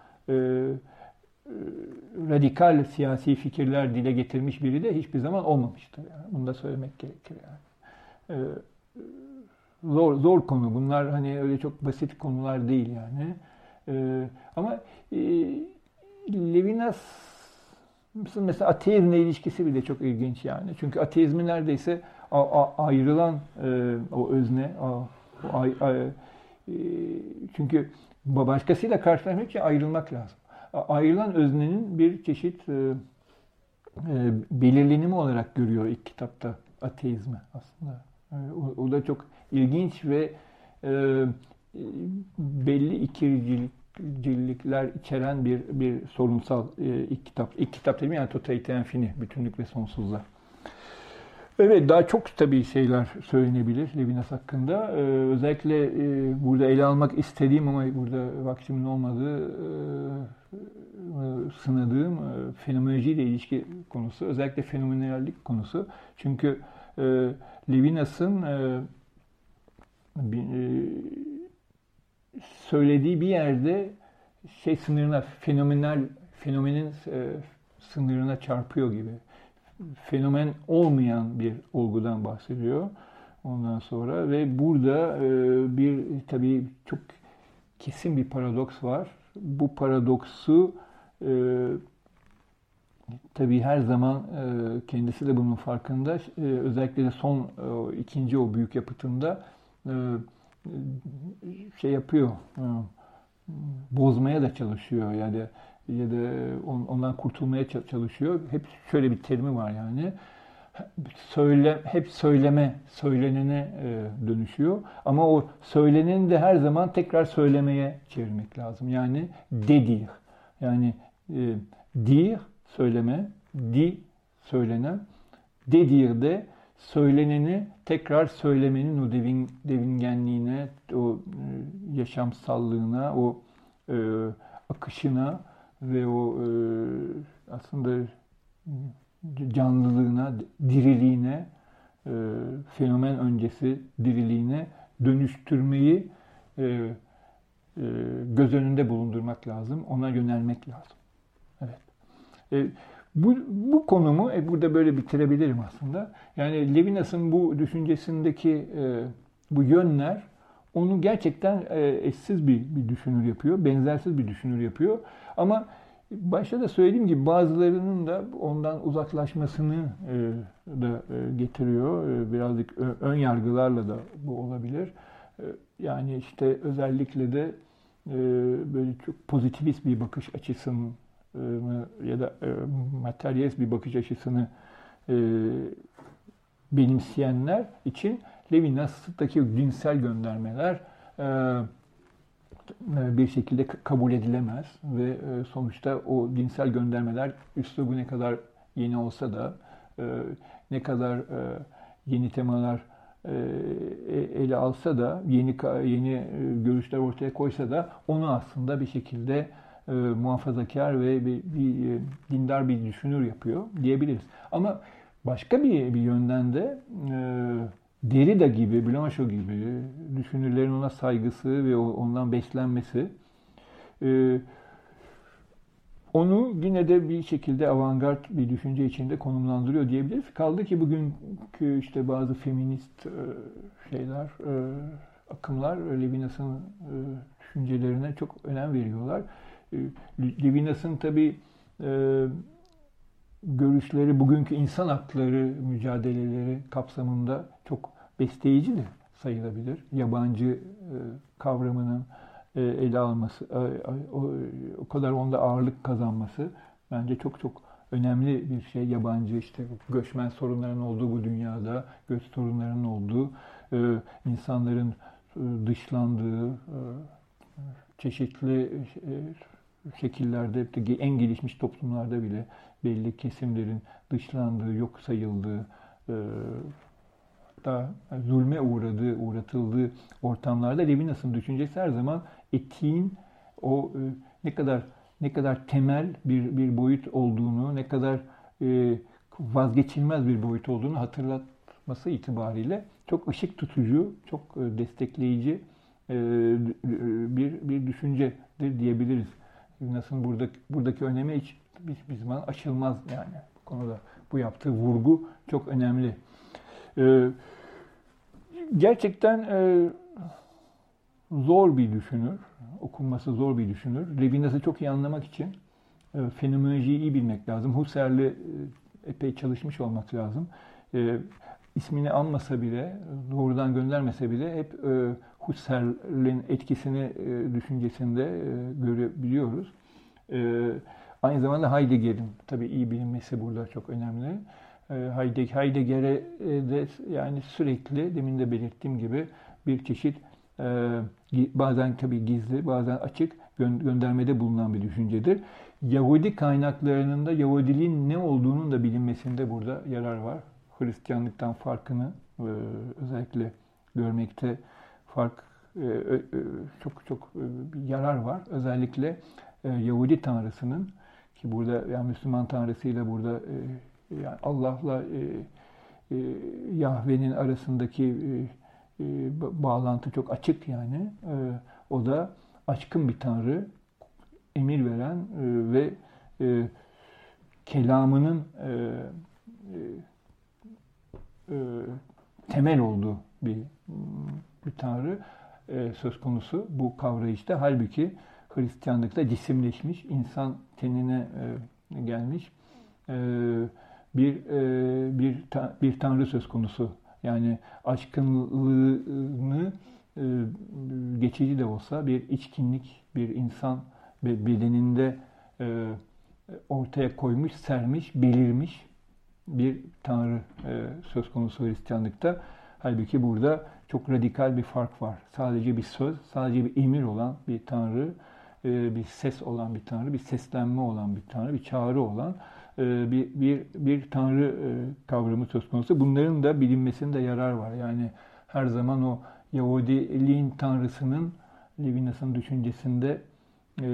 radikal siyasi fikirler dile getirmiş biri de hiçbir zaman olmamıştır. Yani. Bunu da söylemek gerekir yani. Ee, zor zor konu. Bunlar hani öyle çok basit konular değil yani. Ee, ama e, Levinas mesela ateizmle ilişkisi bile çok ilginç yani. Çünkü ateizmi neredeyse a, a, ayrılan e, o özne, a, o ay, a, e, çünkü başkasıyla karşılaşmak için ayrılmak lazım. Ayrılan öznenin bir çeşit e, e, belirlenimi olarak görüyor ilk kitapta ateizmi aslında. E, o, o da çok ilginç ve e, belli ikircilikler içeren bir bir sorunsal e, ilk kitap. İlk kitap değil mi? Yani Totalite Infini, bütünlük ve sonsuzlar. Evet, daha çok tabii şeyler söylenebilir Levinas hakkında. Ee, özellikle e, burada ele almak istediğim ama burada vaktimin olmadığı, e, e, sınadığım e, fenomenolojiyle ilişki konusu, özellikle fenomenallik konusu. Çünkü e, Levinas'ın e, bir, e, söylediği bir yerde şey sınırına, fenomenal, fenomenin e, sınırına çarpıyor gibi. Fenomen olmayan bir olgudan bahsediyor ondan sonra ve burada e, bir tabii çok kesin bir paradoks var. Bu paradoksu e, tabii her zaman e, kendisi de bunun farkında. E, özellikle de son e, ikinci o büyük yapıtında e, şey yapıyor, e, bozmaya da çalışıyor yani ya da ondan kurtulmaya çalışıyor. Hep şöyle bir terimi var yani. Söyle, hep söyleme, söylenene e, dönüşüyor. Ama o söyleneni de her zaman tekrar söylemeye çevirmek lazım. Yani dedir. Yani e, dir, söyleme, di, söylenen. Dedir de söyleneni tekrar söylemenin o devin, devingenliğine, o e, yaşamsallığına, o e, akışına ve o e, aslında canlılığına, diriliğine, e, fenomen öncesi diriliğine dönüştürmeyi e, e, göz önünde bulundurmak lazım, ona yönelmek lazım. Evet. E, bu, bu konumu e, burada böyle bitirebilirim aslında. Yani Levinas'ın bu düşüncesindeki e, bu yönler onu gerçekten e, eşsiz bir, bir düşünür yapıyor, benzersiz bir düşünür yapıyor. Ama başta da söylediğim gibi bazılarının da ondan uzaklaşmasını e, da e, getiriyor. E, birazcık ön yargılarla da bu olabilir. E, yani işte özellikle de e, böyle çok pozitivist bir bakış açısını e, ya da e, materyalist bir bakış açısını e, benimseyenler için Levinas'taki dinsel göndermeler e, bir şekilde kabul edilemez ve sonuçta o dinsel göndermeler üslubu ne kadar yeni olsa da ne kadar yeni temalar ele alsa da yeni yeni görüşler ortaya koysa da onu aslında bir şekilde muhafazakar ve bir, bir dindar bir düşünür yapıyor diyebiliriz. Ama başka bir bir yönden de Derrida gibi, Blanchot gibi düşünürlerin ona saygısı ve ondan beslenmesi e, onu yine de bir şekilde avantgard bir düşünce içinde konumlandırıyor diyebiliriz. Kaldı ki bugünkü işte bazı feminist e, şeyler, e, akımlar Levinas'ın e, düşüncelerine çok önem veriyorlar. E, Levinas'ın tabii e, görüşleri bugünkü insan hakları mücadeleleri kapsamında çok besleyici de sayılabilir. Yabancı e, kavramının e, ele alması, e, o, o kadar onda ağırlık kazanması bence çok çok önemli bir şey. Yabancı işte göçmen sorunlarının olduğu bu dünyada, göç sorunlarının olduğu, e, insanların e, dışlandığı, e, çeşitli e, şekillerde, en gelişmiş toplumlarda bile belli kesimlerin dışlandığı, yok sayıldığı, e, da zulme uğradığı, uğratıldığı ortamlarda Levinas'ın düşüncesi her zaman etiğin o e, ne kadar ne kadar temel bir bir boyut olduğunu, ne kadar e, vazgeçilmez bir boyut olduğunu hatırlatması itibariyle çok ışık tutucu, çok e, destekleyici e, bir bir düşüncedir diyebiliriz. Levinas'ın buradaki buradaki önemi hiç bir zaman aşılmaz yani bu konuda bu yaptığı vurgu çok önemli. Ee, gerçekten e, zor bir düşünür, okunması zor bir düşünür. Levinas'ı çok iyi anlamak için e, fenomenolojiyi iyi bilmek lazım. Husserl'le e, epey çalışmış olmak lazım. E, ismini anmasa bile, doğrudan göndermese bile hep e, Husserl'in etkisini e, düşüncesinde e, görebiliyoruz. E, aynı zamanda Heidegger'in tabii iyi bilinmesi burada çok önemli. Heidegger'e de yani sürekli demin de belirttiğim gibi bir çeşit bazen tabii gizli bazen açık göndermede bulunan bir düşüncedir. Yahudi kaynaklarının da Yahudiliğin ne olduğunun da bilinmesinde burada yarar var. Hristiyanlıktan farkını e, özellikle görmekte fark e, e, çok çok e, bir yarar var. Özellikle e, Yahudi tanrısının ki burada yani Müslüman tanrısıyla burada e, yani Allah'la e, e, Yahve'nin arasındaki e, e, bağlantı çok açık yani. E, o da aşkın bir tanrı, emir veren e, ve e, kelamının e, e, e, temel olduğu bir bir tanrı e, söz konusu bu kavrayışta. Halbuki Hristiyanlıkta cisimleşmiş, insan tenine e, gelmiş e, bir e, bir ta, bir tanrı söz konusu. Yani aşkınlığını e, geçici de olsa bir içkinlik, bir insan bedeninde e, ortaya koymuş, sermiş, belirmiş bir tanrı e, söz konusu Hristiyanlıkta. Halbuki burada çok radikal bir fark var. Sadece bir söz, sadece bir emir olan bir tanrı, e, bir ses olan bir tanrı, bir seslenme olan bir tanrı, bir çağrı olan e, bir bir bir tanrı e, kavramı söz konusu. Bunların da bilinmesinde yarar var. Yani her zaman o Yahudiliğin tanrısının Levinas'ın düşüncesinde e,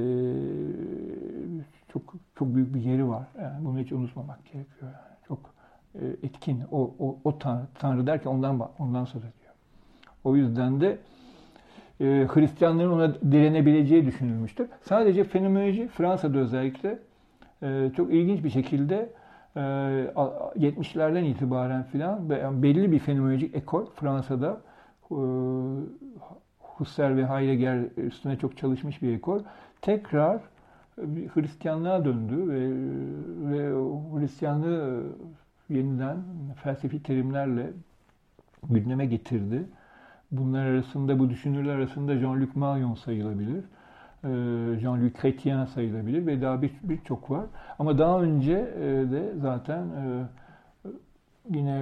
çok çok büyük bir yeri var. Yani bunu hiç unutmamak gerekiyor. Yani çok e, etkin. O o o tanrı, tanrı derken ondan ondan söz ediyor. O yüzden de e, Hristiyanların ona direnebileceği düşünülmüştür. Sadece fenomenoloji Fransa'da özellikle e, çok ilginç bir şekilde e, yetmişlerden itibaren filan belli bir fenomenolojik ekol Fransa'da e, Husserl ve Heidegger üstüne çok çalışmış bir ekol tekrar Hristiyanlığa döndü ve, ve Hristiyanlığı yeniden felsefi terimlerle gündeme getirdi. Bunlar arasında, bu düşünürler arasında Jean-Luc Marion sayılabilir, Jean-Luc Chrétien sayılabilir ve daha birçok bir var. Ama daha önce de zaten yine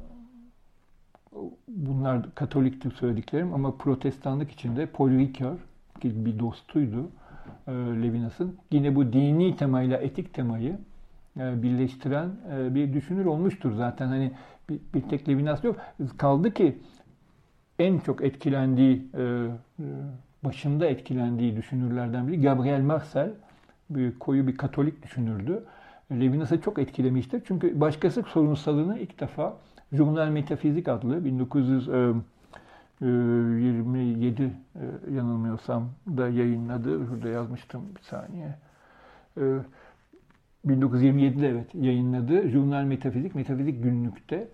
bunlar Katolikti söylediklerim ama Protestanlık içinde Paul Ricoeur gibi bir dostuydu Levinas'ın. Yine bu dini temayla etik temayı birleştiren bir düşünür olmuştur zaten. Hani bir, bir tek Levinas yok. Kaldı ki en çok etkilendiği, başında etkilendiği düşünürlerden biri Gabriel Marcel, bir koyu bir Katolik düşünürdü. Levinas'ı çok etkilemiştir. Çünkü başkası sorunsalını ilk defa Journal Metafizik adlı bin dokuz yüz yirmi yedi yanılmıyorsam da yayınladı. Şurada yazmıştım bir saniye. bin dokuz yüz yirmi yedide evet yayınladı. Journal Metafizik, Metafizik Günlük'te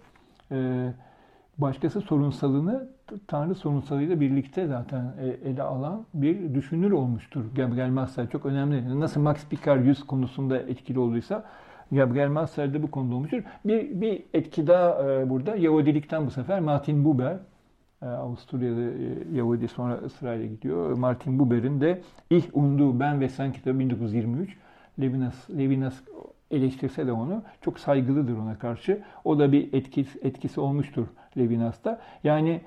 başkası sorunsalını Tanrı sorunsalıyla birlikte zaten ele alan bir düşünür olmuştur. Gabriel Marcel çok önemli. Nasıl Max Picard konusunda etkili olduysa Gabriel Marcel de bu konuda olmuştur. Bir, bir etki daha burada Yahudilikten bu sefer Martin Buber, Avusturya'da Yahudi sonra İsrail'e gidiyor. Martin Buber'in de Ich und du, Ben ve Sen kitabı bin dokuz yüz yirmi üç. Levinas, Levinas eleştirse de onu çok saygılıdır ona karşı. O da bir etkisi, etkisi olmuştur Levinas'ta. Yani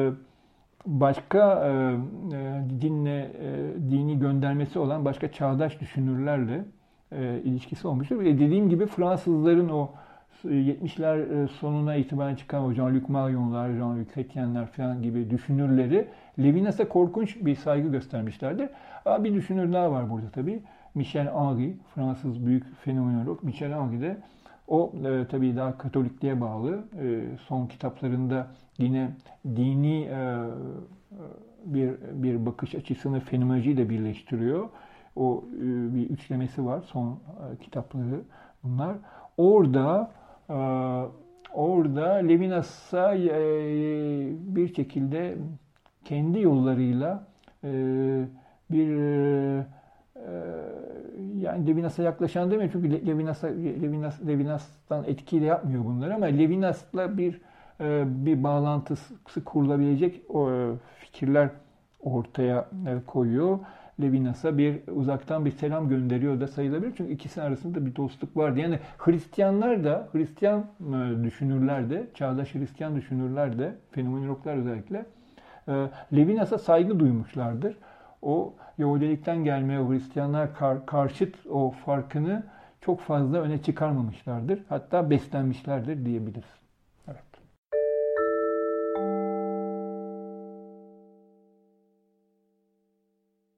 başka dinle, dini göndermesi olan başka çağdaş düşünürlerle ilişkisi olmuştur. Ve dediğim gibi Fransızların o yetmişler sonuna itibaren çıkan o Jean-Luc Marion'lar, Jean-Luc Chrétien'ler falan gibi düşünürleri Levinas'a korkunç bir saygı göstermişlerdir. Ama bir düşünür daha var burada tabii. Michel Henry, Fransız büyük fenomenolog. Michel Henry de o e, tabii daha Katolikliğe bağlı. E, son kitaplarında yine dini e, bir bir bakış açısını fenomenolojiyle birleştiriyor. O e, bir üçlemesi var son e, kitapları bunlar. Orada e, orada Levinas'a e, bir şekilde kendi yollarıyla e, bir e, yani Levinas'a yaklaşan demiyor çünkü Levinas'a Levinas Levinas'tan etkiyle yapmıyor bunları ama Levinas'la bir bir bağlantısı kurulabilecek o fikirler ortaya koyuyor. Levinas'a bir uzaktan bir selam gönderiyor da sayılabilir. Çünkü ikisinin arasında bir dostluk vardı. Yani Hristiyanlar da, Hristiyan düşünürler de, çağdaş Hristiyan düşünürler de, fenomenologlar özellikle Levinas'a saygı duymuşlardır. O Yahudilikten gelmeye o Hristiyanlar kar, karşıt o farkını çok fazla öne çıkarmamışlardır. Hatta beslenmişlerdir diyebiliriz.